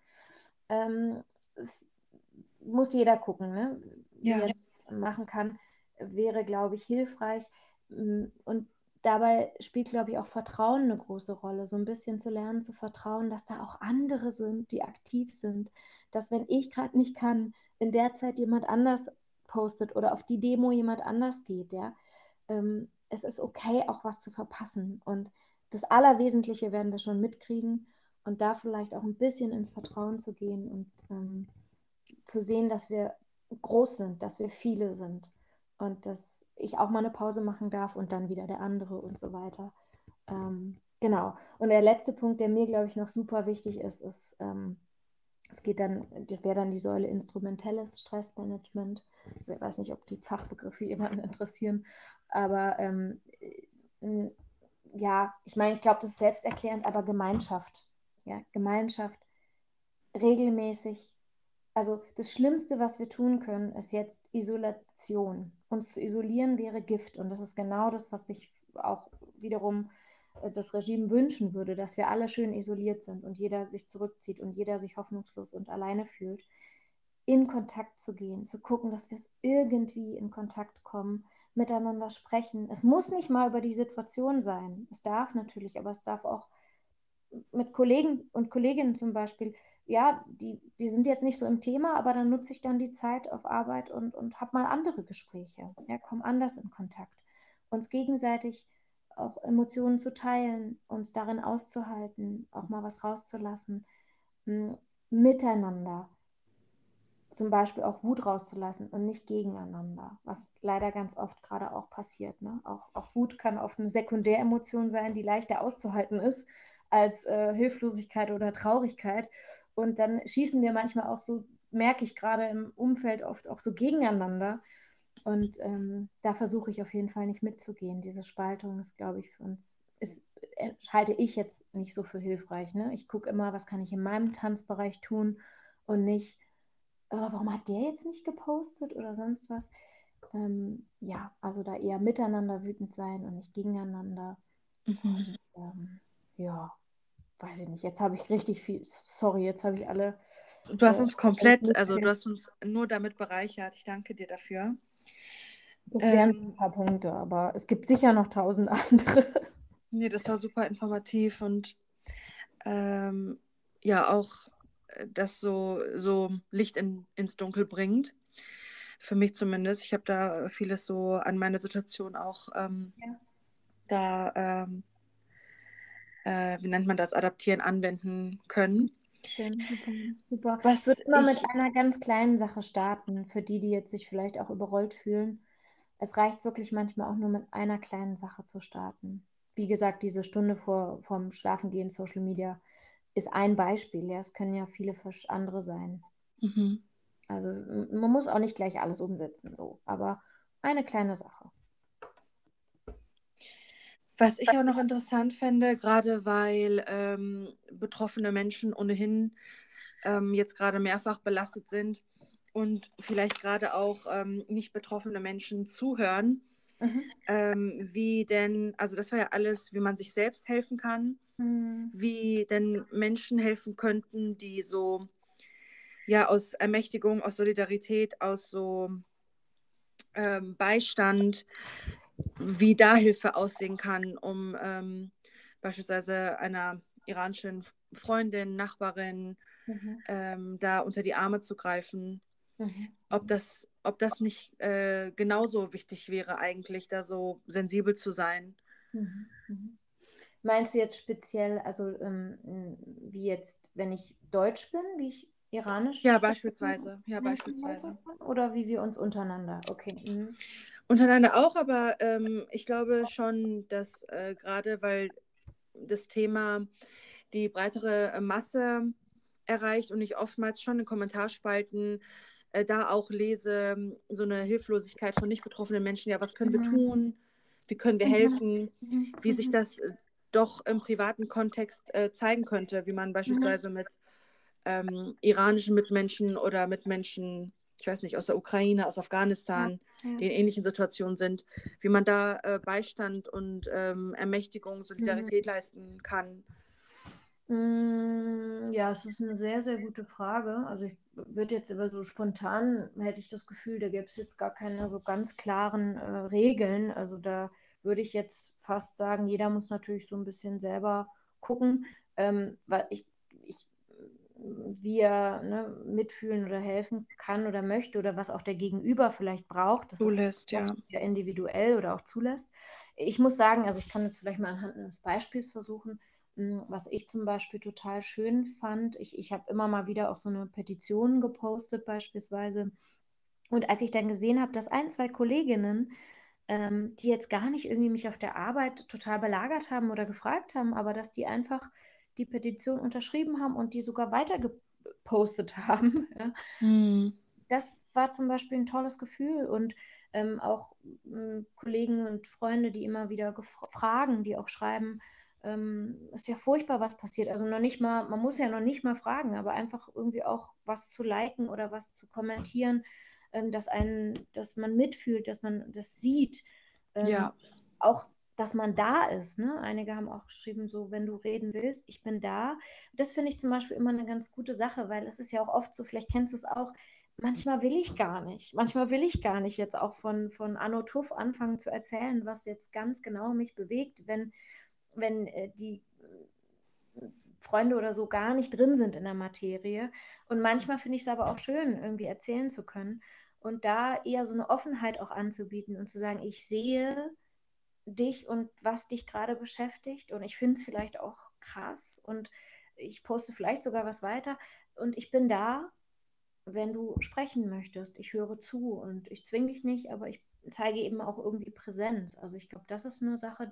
Muss jeder gucken, ne? Wie Ja. er das machen kann, wäre, glaube ich, hilfreich. Und dabei spielt, glaube ich, auch Vertrauen eine große Rolle. So ein bisschen zu lernen, zu vertrauen, dass da auch andere sind, die aktiv sind. Dass, wenn ich gerade nicht kann, in der Zeit jemand anders postet oder auf die Demo jemand anders geht, ja. Es ist okay, auch was zu verpassen. Und das Allerwesentliche werden wir schon mitkriegen und da vielleicht auch ein bisschen ins Vertrauen zu gehen und zu sehen, dass wir groß sind, dass wir viele sind und dass ich auch mal eine Pause machen darf und dann wieder der andere und so weiter. Genau. Und der letzte Punkt, der mir, glaube ich, noch super wichtig ist, ist, es geht dann, das wäre dann die Säule instrumentelles Stressmanagement. Ich weiß nicht, ob die Fachbegriffe jemanden interessieren, aber ja, ich meine, ich glaube, das ist selbsterklärend, aber Gemeinschaft. Ja, Gemeinschaft regelmäßig. Also das Schlimmste, was wir tun können, ist jetzt Isolation. Uns zu isolieren wäre Gift. Und das ist genau das, was sich auch wiederum das Regime wünschen würde, dass wir alle schön isoliert sind und jeder sich zurückzieht und jeder sich hoffnungslos und alleine fühlt. In Kontakt zu gehen, zu gucken, dass wir es irgendwie in Kontakt kommen, miteinander sprechen. Es muss nicht mal über die Situation sein. Es darf natürlich, aber es darf auch mit Kollegen und Kolleginnen zum Beispiel, ja, die sind jetzt nicht so im Thema, aber dann nutze ich dann die Zeit auf Arbeit und habe mal andere Gespräche. Ja, komm anders in Kontakt. Uns gegenseitig auch Emotionen zu teilen, uns darin auszuhalten, auch mal was rauszulassen, miteinander zum Beispiel auch Wut rauszulassen und nicht gegeneinander, was leider ganz oft gerade auch passiert. Ne? Auch Wut kann oft eine Sekundäremotion sein, die leichter auszuhalten ist als Hilflosigkeit oder Traurigkeit. Und dann schießen wir manchmal auch so, merke ich gerade im Umfeld oft auch so gegeneinander. Und da versuche ich auf jeden Fall nicht mitzugehen. Diese Spaltung ist, glaube ich, für uns, halte ich jetzt nicht so für hilfreich. Ne? Ich gucke immer, was kann ich in meinem Tanzbereich tun und nicht, warum hat der jetzt nicht gepostet oder sonst was? Ja, also da eher miteinander wütend sein und nicht gegeneinander. Mhm. Und, ja, weiß ich nicht. Jetzt habe ich richtig viel, sorry, jetzt habe ich alle. Du hast uns Alles komplett, also du Mögliche. hast uns nur damit bereichert. Ich danke dir dafür. Das wären ein Ähm, paar Punkte, aber es gibt sicher noch 1000 andere. Nee, das war super informativ und ja, auch das so Licht ins Dunkel bringt. Für mich zumindest. Ich habe da vieles so an meine Situation auch Ja, da, wie nennt man das, adaptieren, anwenden können. schön, super, super. Ich Was würde immer mit ich, einer ganz kleinen Sache starten, für die, die jetzt sich vielleicht auch überrollt fühlen. Es reicht wirklich manchmal auch nur mit einer kleinen Sache zu starten. Wie gesagt, diese Stunde vorm Schlafengehen, Social Media, ist ein Beispiel. Ja, es können ja viele andere sein. mhm. Also man muss auch nicht gleich alles umsetzen, so, aber eine kleine Sache. Was ich auch noch interessant fände, gerade weil betroffene Menschen ohnehin jetzt gerade mehrfach belastet sind und vielleicht gerade auch nicht betroffene Menschen zuhören, Mhm. wie denn, also das war ja alles, wie man sich selbst helfen kann, Mhm. wie denn Menschen helfen könnten, die so, ja, aus Ermächtigung, aus Solidarität, aus so Beistand, wie da Hilfe aussehen kann, um beispielsweise einer iranischen Freundin, Nachbarin Mhm. da unter die Arme zu greifen. Mhm. Ob das nicht genauso wichtig wäre eigentlich, da so sensibel zu sein. Mhm. Mhm. Meinst du jetzt speziell, also wie jetzt, wenn ich Deutsch bin, wie ich Ja, iranisch beispielsweise. Ja, Menschen helfen beispielsweise. kann? Oder wie wir uns untereinander? Okay. Mhm. Untereinander auch, aber ich glaube schon, dass gerade weil das Thema die breitere Masse erreicht und ich oftmals schon in Kommentarspalten da auch lese, so eine Hilflosigkeit von nicht betroffenen Menschen, ja, was können wir Mhm. tun, wie können wir Mhm. helfen, Mhm. wie sich Mhm. das doch im privaten Kontext zeigen könnte, wie man beispielsweise mit iranischen Mitmenschen oder mit Menschen, ich weiß nicht, aus der Ukraine, aus Afghanistan, die in ähnlichen Situationen sind, wie man da Beistand und Ermächtigung, Solidarität leisten kann. Ja, es ist eine sehr, sehr gute Frage. Also ich würde jetzt aber so spontan, hätte ich das Gefühl, da gäbe es jetzt gar keine so ganz klaren Regeln. Also da würde ich jetzt fast sagen, jeder muss natürlich so ein bisschen selber gucken, weil wie er, ne, mitfühlen oder helfen kann oder möchte oder was auch der Gegenüber vielleicht braucht. Das ist Zulässt, ja. oft sehr individuell oder auch zulässt. Ich muss sagen, also ich kann jetzt vielleicht mal anhand eines Beispiels versuchen, was ich zum Beispiel total schön fand. Ich habe immer mal wieder auch so eine Petition gepostet beispielsweise. Und als ich dann gesehen habe, dass ein, zwei Kolleginnen, die jetzt gar nicht irgendwie mich auf der Arbeit total belagert haben oder gefragt haben, aber dass die einfach die Petition unterschrieben haben und die sogar weitergepostet haben. Ja. Das war zum Beispiel ein tolles Gefühl und auch Kollegen und Freunde, die immer wieder fragen, die auch schreiben, ist ja furchtbar, was passiert. Also noch nicht mal, man muss ja noch nicht mal fragen, aber einfach irgendwie auch was zu liken oder was zu kommentieren, dass man mitfühlt, dass man das sieht. Ja. Auch, dass man da ist. Ne? Einige haben auch geschrieben, so, wenn du reden willst, ich bin da. Das finde ich zum Beispiel immer eine ganz gute Sache, weil es ist ja auch oft so, vielleicht kennst du es auch, manchmal will ich gar nicht. Manchmal will ich gar nicht jetzt auch von Anno Tuff anfangen zu erzählen, was jetzt ganz genau mich bewegt, wenn die Freunde oder so gar nicht drin sind in der Materie. Und manchmal finde ich es aber auch schön, irgendwie erzählen zu können und da eher so eine Offenheit auch anzubieten und zu sagen, ich sehe dich und was dich gerade beschäftigt und ich finde es vielleicht auch krass und ich poste vielleicht sogar was weiter und ich bin da, wenn du sprechen möchtest. Ich höre zu und ich zwinge dich nicht, aber ich zeige eben auch irgendwie Präsenz. Also ich glaube, das ist eine Sache,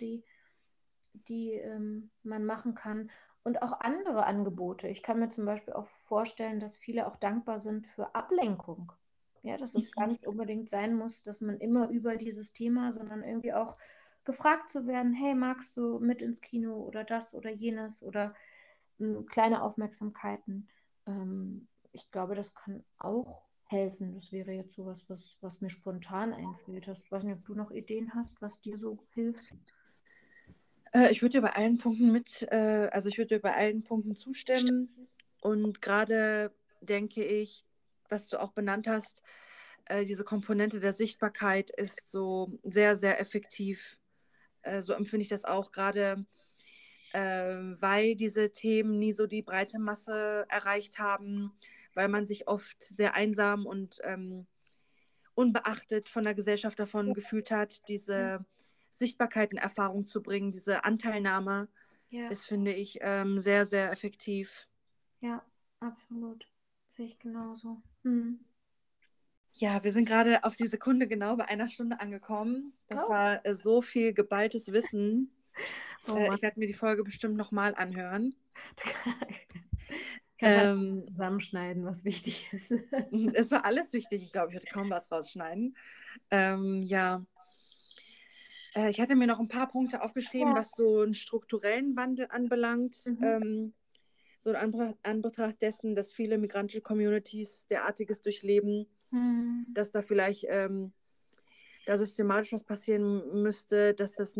die man machen kann. Und auch andere Angebote. Ich kann mir zum Beispiel auch vorstellen, dass viele auch dankbar sind für Ablenkung. Ja, dass es gar nicht unbedingt sein muss, dass man immer über dieses Thema, sondern irgendwie auch gefragt zu werden, hey, magst du mit ins Kino oder das oder jenes oder kleine Aufmerksamkeiten. Ich glaube, das kann auch helfen. Das wäre jetzt sowas, was mir spontan einfällt. Ich weiß nicht, ob du noch Ideen hast, was dir so hilft. Ich würde dir bei allen Punkten also ich würde dir bei allen Punkten zustimmen. Und gerade denke ich, was du auch benannt hast, diese Komponente der Sichtbarkeit ist so sehr, sehr effektiv. So empfinde ich das auch, gerade weil diese Themen nie so die breite Masse erreicht haben, weil man sich oft sehr einsam und unbeachtet von der Gesellschaft davon gefühlt hat, diese Sichtbarkeit in Erfahrung zu bringen, diese Anteilnahme Ja, ist, finde ich, sehr, sehr effektiv. ja, absolut. Sehe ich genauso. Hm. Ja, wir sind gerade auf die Sekunde genau bei 1 Stunde angekommen. Das Oh. war so viel geballtes Wissen. Oh Mann. Ich werde mir die Folge bestimmt nochmal anhören. Kannst halt Ähm, zusammenschneiden, was wichtig ist. Es war alles wichtig. Ich glaube, ich würde kaum was rausschneiden. Ja, ich hatte mir noch ein paar Punkte aufgeschrieben, Ja. was so einen strukturellen Wandel anbelangt. Mhm. So in Anbetracht dessen, dass viele migrantische Communities derartiges durchleben, Hm. dass da vielleicht da systematisch was passieren müsste, dass das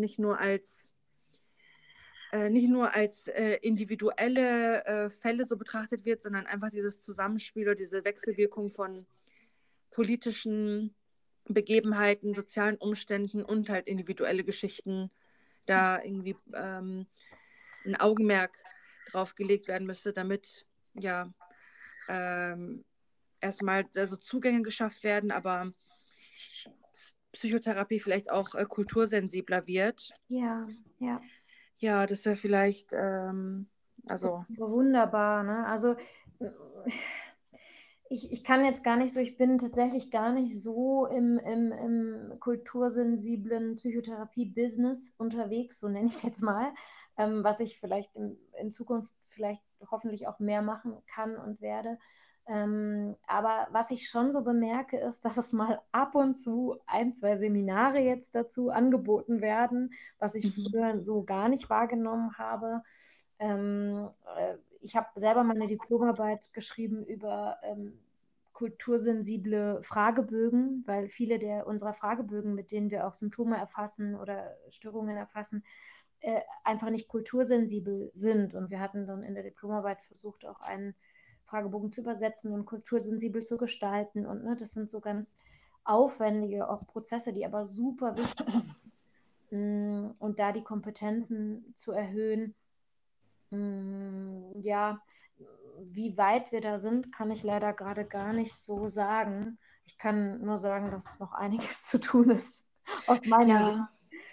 nicht nur als individuelle Fälle so betrachtet wird, sondern einfach dieses Zusammenspiel oder diese Wechselwirkung von politischen Begebenheiten, sozialen Umständen und halt individuelle Geschichten da irgendwie ein Augenmerk drauf gelegt werden müsste, damit ja erstmal also Zugänge geschafft werden, aber Psychotherapie vielleicht auch kultursensibler wird. Ja, ja. Ja, das wäre vielleicht, Das also war wunderbar, ne? Also äh, ich kann jetzt gar nicht so, ich bin tatsächlich gar nicht so im kultursensiblen Psychotherapie-Business unterwegs, so nenne ich es jetzt mal, was ich vielleicht in Zukunft vielleicht hoffentlich auch mehr machen kann und werde. Aber was ich schon so bemerke, ist, dass es mal ab und zu 1, 2 Seminare jetzt dazu angeboten werden, was ich früher so gar nicht wahrgenommen habe. Ich habe selber meine Diplomarbeit geschrieben über kultursensible Fragebögen, weil viele unserer Fragebögen, mit denen wir auch Symptome erfassen oder Störungen erfassen, einfach nicht kultursensibel sind. Und wir hatten dann in der Diplomarbeit versucht, auch einen Fragebogen zu übersetzen und kultursensibel zu gestalten. Und ne, das sind so ganz aufwendige auch Prozesse, die aber super wichtig sind. Und da die Kompetenzen zu erhöhen, ja, wie weit wir da sind, kann ich leider gerade gar nicht so sagen. Ich kann nur sagen, dass noch einiges zu tun ist, aus meiner Sicht.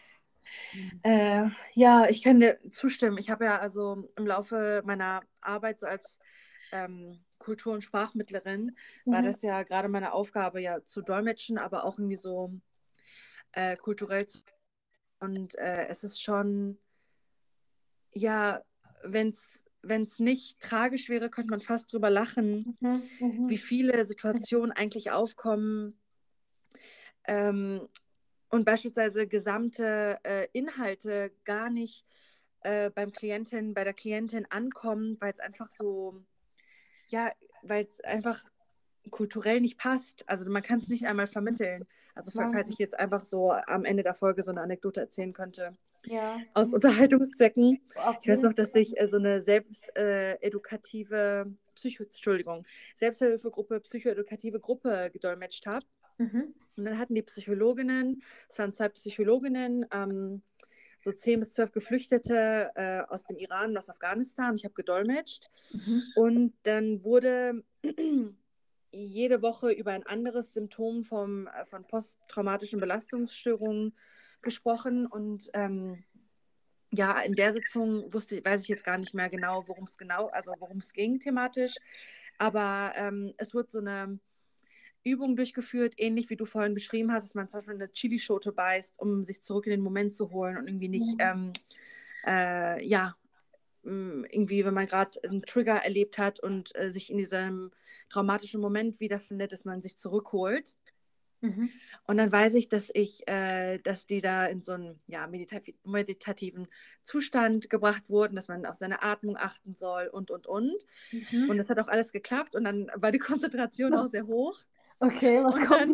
Ja, ich kann dir zustimmen. Ich habe ja also im Laufe meiner Arbeit so als Kultur- und Sprachmittlerin war das ja gerade meine Aufgabe, ja zu dolmetschen, aber auch irgendwie so kulturell zu. Und es ist schon, ja, wenn es nicht tragisch wäre, könnte man fast drüber lachen, wie viele Situationen eigentlich aufkommen und beispielsweise gesamte Inhalte gar nicht bei der Klientin ankommen, weil es einfach so, ja, weil es einfach kulturell nicht passt. Also man kann es nicht einmal vermitteln. Also falls ich jetzt einfach so am Ende der Folge so eine Anekdote erzählen könnte. Ja. Aus Unterhaltungszwecken. Auf Ich weiß jeden noch, dass ich so eine Selbsthilfegruppe, psychoedukative Gruppe gedolmetscht habe. Und dann hatten die Psychologinnen, es waren 2 Psychologinnen, so 10 bis 12 Geflüchtete aus dem Iran und aus Afghanistan. Ich habe gedolmetscht. Und dann wurde jede Woche über ein anderes Symptom von posttraumatischen Belastungsstörungen gesprochen. Und ja, in der Sitzung weiß ich jetzt gar nicht mehr genau, worum es ging thematisch. Aber es wurde so eine Übung durchgeführt, ähnlich wie du vorhin beschrieben hast, dass man zum Beispiel eine Chilischote beißt, um sich zurück in den Moment zu holen und irgendwie nicht, irgendwie, wenn man gerade einen Trigger erlebt hat und sich in diesem traumatischen Moment wiederfindet, dass man sich zurückholt. Und dann weiß ich, dass die da in so einen meditativen Zustand gebracht wurden, dass man auf seine Atmung achten soll und. Und das hat auch alles geklappt und dann war die Konzentration auch sehr hoch. Okay, was kommt?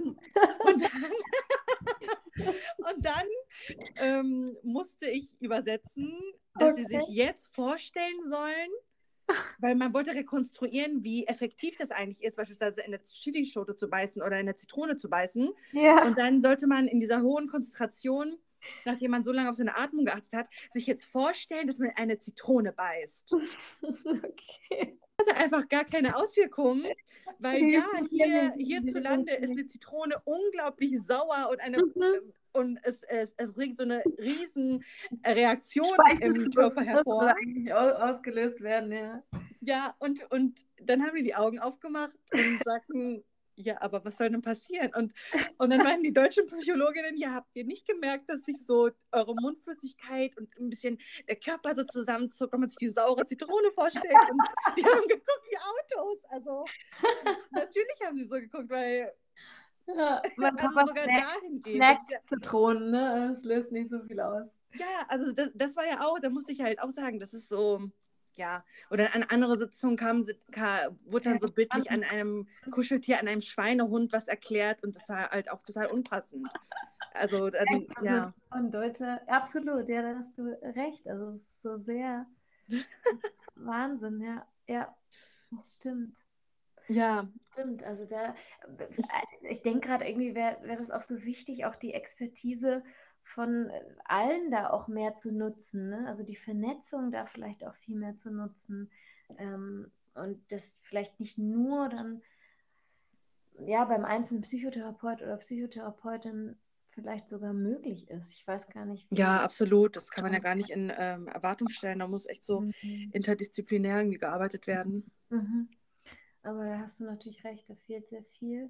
Und dann musste ich übersetzen, dass sie sich jetzt vorstellen sollen, weil man wollte rekonstruieren, wie effektiv das eigentlich ist, beispielsweise in der Chilischote zu beißen oder in der Zitrone zu beißen. Ja. Und dann sollte man in dieser hohen Konzentration, nachdem man so lange auf seine Atmung geachtet hat, sich jetzt vorstellen, dass man eine Zitrone beißt. Okay. Das hatte einfach gar keine Auswirkungen, weil ja, hierzulande ist eine Zitrone unglaublich sauer und es regt so eine riesen Reaktion im Körper hervor. Soll eigentlich ausgelöst werden, ja. Ja, und dann haben die Augen aufgemacht und sagten, ja, aber was soll denn passieren? Und dann meinten die deutschen Psychologinnen, ja, habt ihr nicht gemerkt, dass sich so eure Mundflüssigkeit und ein bisschen der Körper so zusammenzuckt, wenn man sich die saure Zitrone vorstellt? Und die haben geguckt wie Autos. Also natürlich haben sie so geguckt, weil mein also Papa sogar dahingehend. snackt Zitronen, ne? Das löst nicht so viel aus. Ja, also das war ja auch, da musste ich halt auch sagen, das ist so, ja. Oder an andere Sitzungen wurde dann so bildlich an einem Kuscheltier, an einem Schweinehund was erklärt und das war halt auch total unpassend. Also dann, ja. Von Deutsche, absolut, ja, da hast du recht. Also es ist so sehr Wahnsinn, ja. Ja, das stimmt. Ja. Stimmt, also ich denke gerade irgendwie wäre das auch so wichtig, auch die Expertise von allen da auch mehr zu nutzen, ne? Also die Vernetzung da vielleicht auch viel mehr zu nutzen und das vielleicht nicht nur dann ja beim einzelnen Psychotherapeut oder Psychotherapeutin vielleicht sogar möglich ist. Ich weiß gar nicht, wie. Ja, absolut. Das kann man ja gar nicht in Erwartung stellen. Da muss echt so interdisziplinär irgendwie gearbeitet werden. Aber da hast du natürlich recht, da fehlt sehr viel.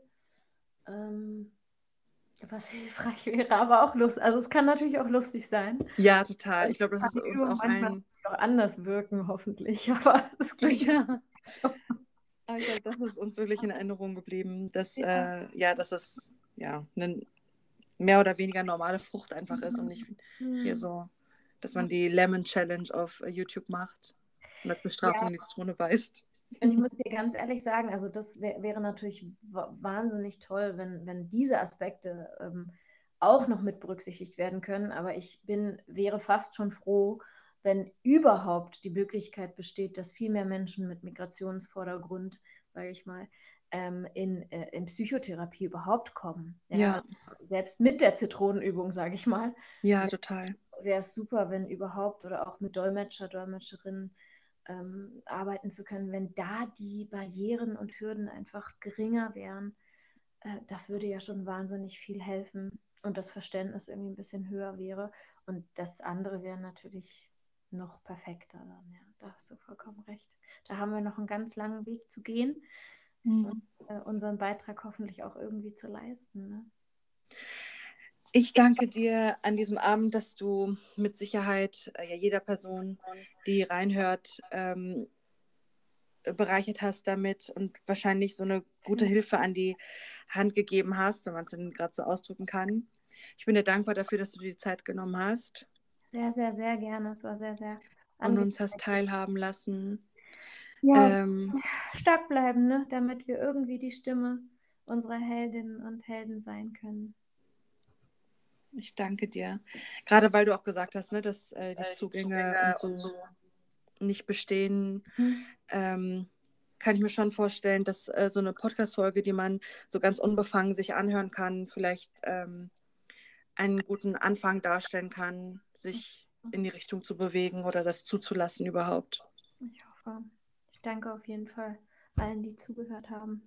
Was hilfreich wäre, aber auch lustig. Also es kann natürlich auch lustig sein. Ja, total. Ich glaube, das ist uns auch manchmal allen. auch anders wirken, hoffentlich. Aber das klingt Ja. so. Aber ich glaube, das ist uns wirklich in Erinnerung geblieben, dass, dass es eine mehr oder weniger normale Frucht einfach ist und nicht hier so, dass man die Lemon Challenge auf YouTube macht und als Bestrafung Ja, in die Zitrone beißt. und ich muss dir ganz ehrlich sagen, also das wäre natürlich wahnsinnig toll, wenn diese Aspekte auch noch mit berücksichtigt werden können. Aber wäre fast schon froh, wenn überhaupt die Möglichkeit besteht, dass viel mehr Menschen mit Migrationsvordergrund, sage ich mal, in Psychotherapie überhaupt kommen. Ja? Ja, Selbst mit der Zitronenübung, sage ich mal, ja, total. wäre es super, wenn überhaupt oder auch mit Dolmetscher, Dolmetscherinnen arbeiten zu können, wenn da die Barrieren und Hürden einfach geringer wären. Das würde ja schon wahnsinnig viel helfen und das Verständnis irgendwie ein bisschen höher wäre. Und das andere wäre natürlich noch perfekter dann, ja. Da hast du vollkommen recht. Da haben wir noch einen ganz langen Weg zu gehen und unseren Beitrag hoffentlich auch irgendwie zu leisten. Ne? Ich danke dir an diesem Abend, dass du mit Sicherheit jeder Person, die reinhört, bereichert hast damit und wahrscheinlich so eine gute Hilfe an die Hand gegeben hast, wenn man es denn gerade so ausdrücken kann. Ich bin dir dankbar dafür, dass du dir die Zeit genommen hast Sehr, sehr, sehr gerne. Es war sehr, sehr und angenehm. uns hast teilhaben lassen. Ja, Ähm, stark bleiben, ne? Damit wir irgendwie die Stimme unserer Heldinnen und Helden sein können. Ich danke dir. Gerade weil du auch gesagt hast, ne, dass die Zugänge und so nicht bestehen, kann ich mir schon vorstellen, dass so eine Podcast-Folge, die man so ganz unbefangen sich anhören kann, vielleicht einen guten Anfang darstellen kann, sich in die Richtung zu bewegen oder das zuzulassen überhaupt. Ich hoffe. Ich danke auf jeden Fall allen, die zugehört haben.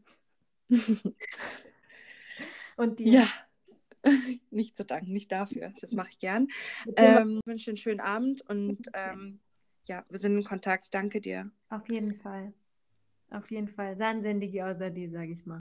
Und dir. Ja, nicht zu danken, nicht dafür. Das mache ich gern. Ich wünsche einen schönen Abend und wir sind in Kontakt. Danke dir. Auf jeden Fall. Auf jeden Fall. Sen zindagi azadi, sage ich mal.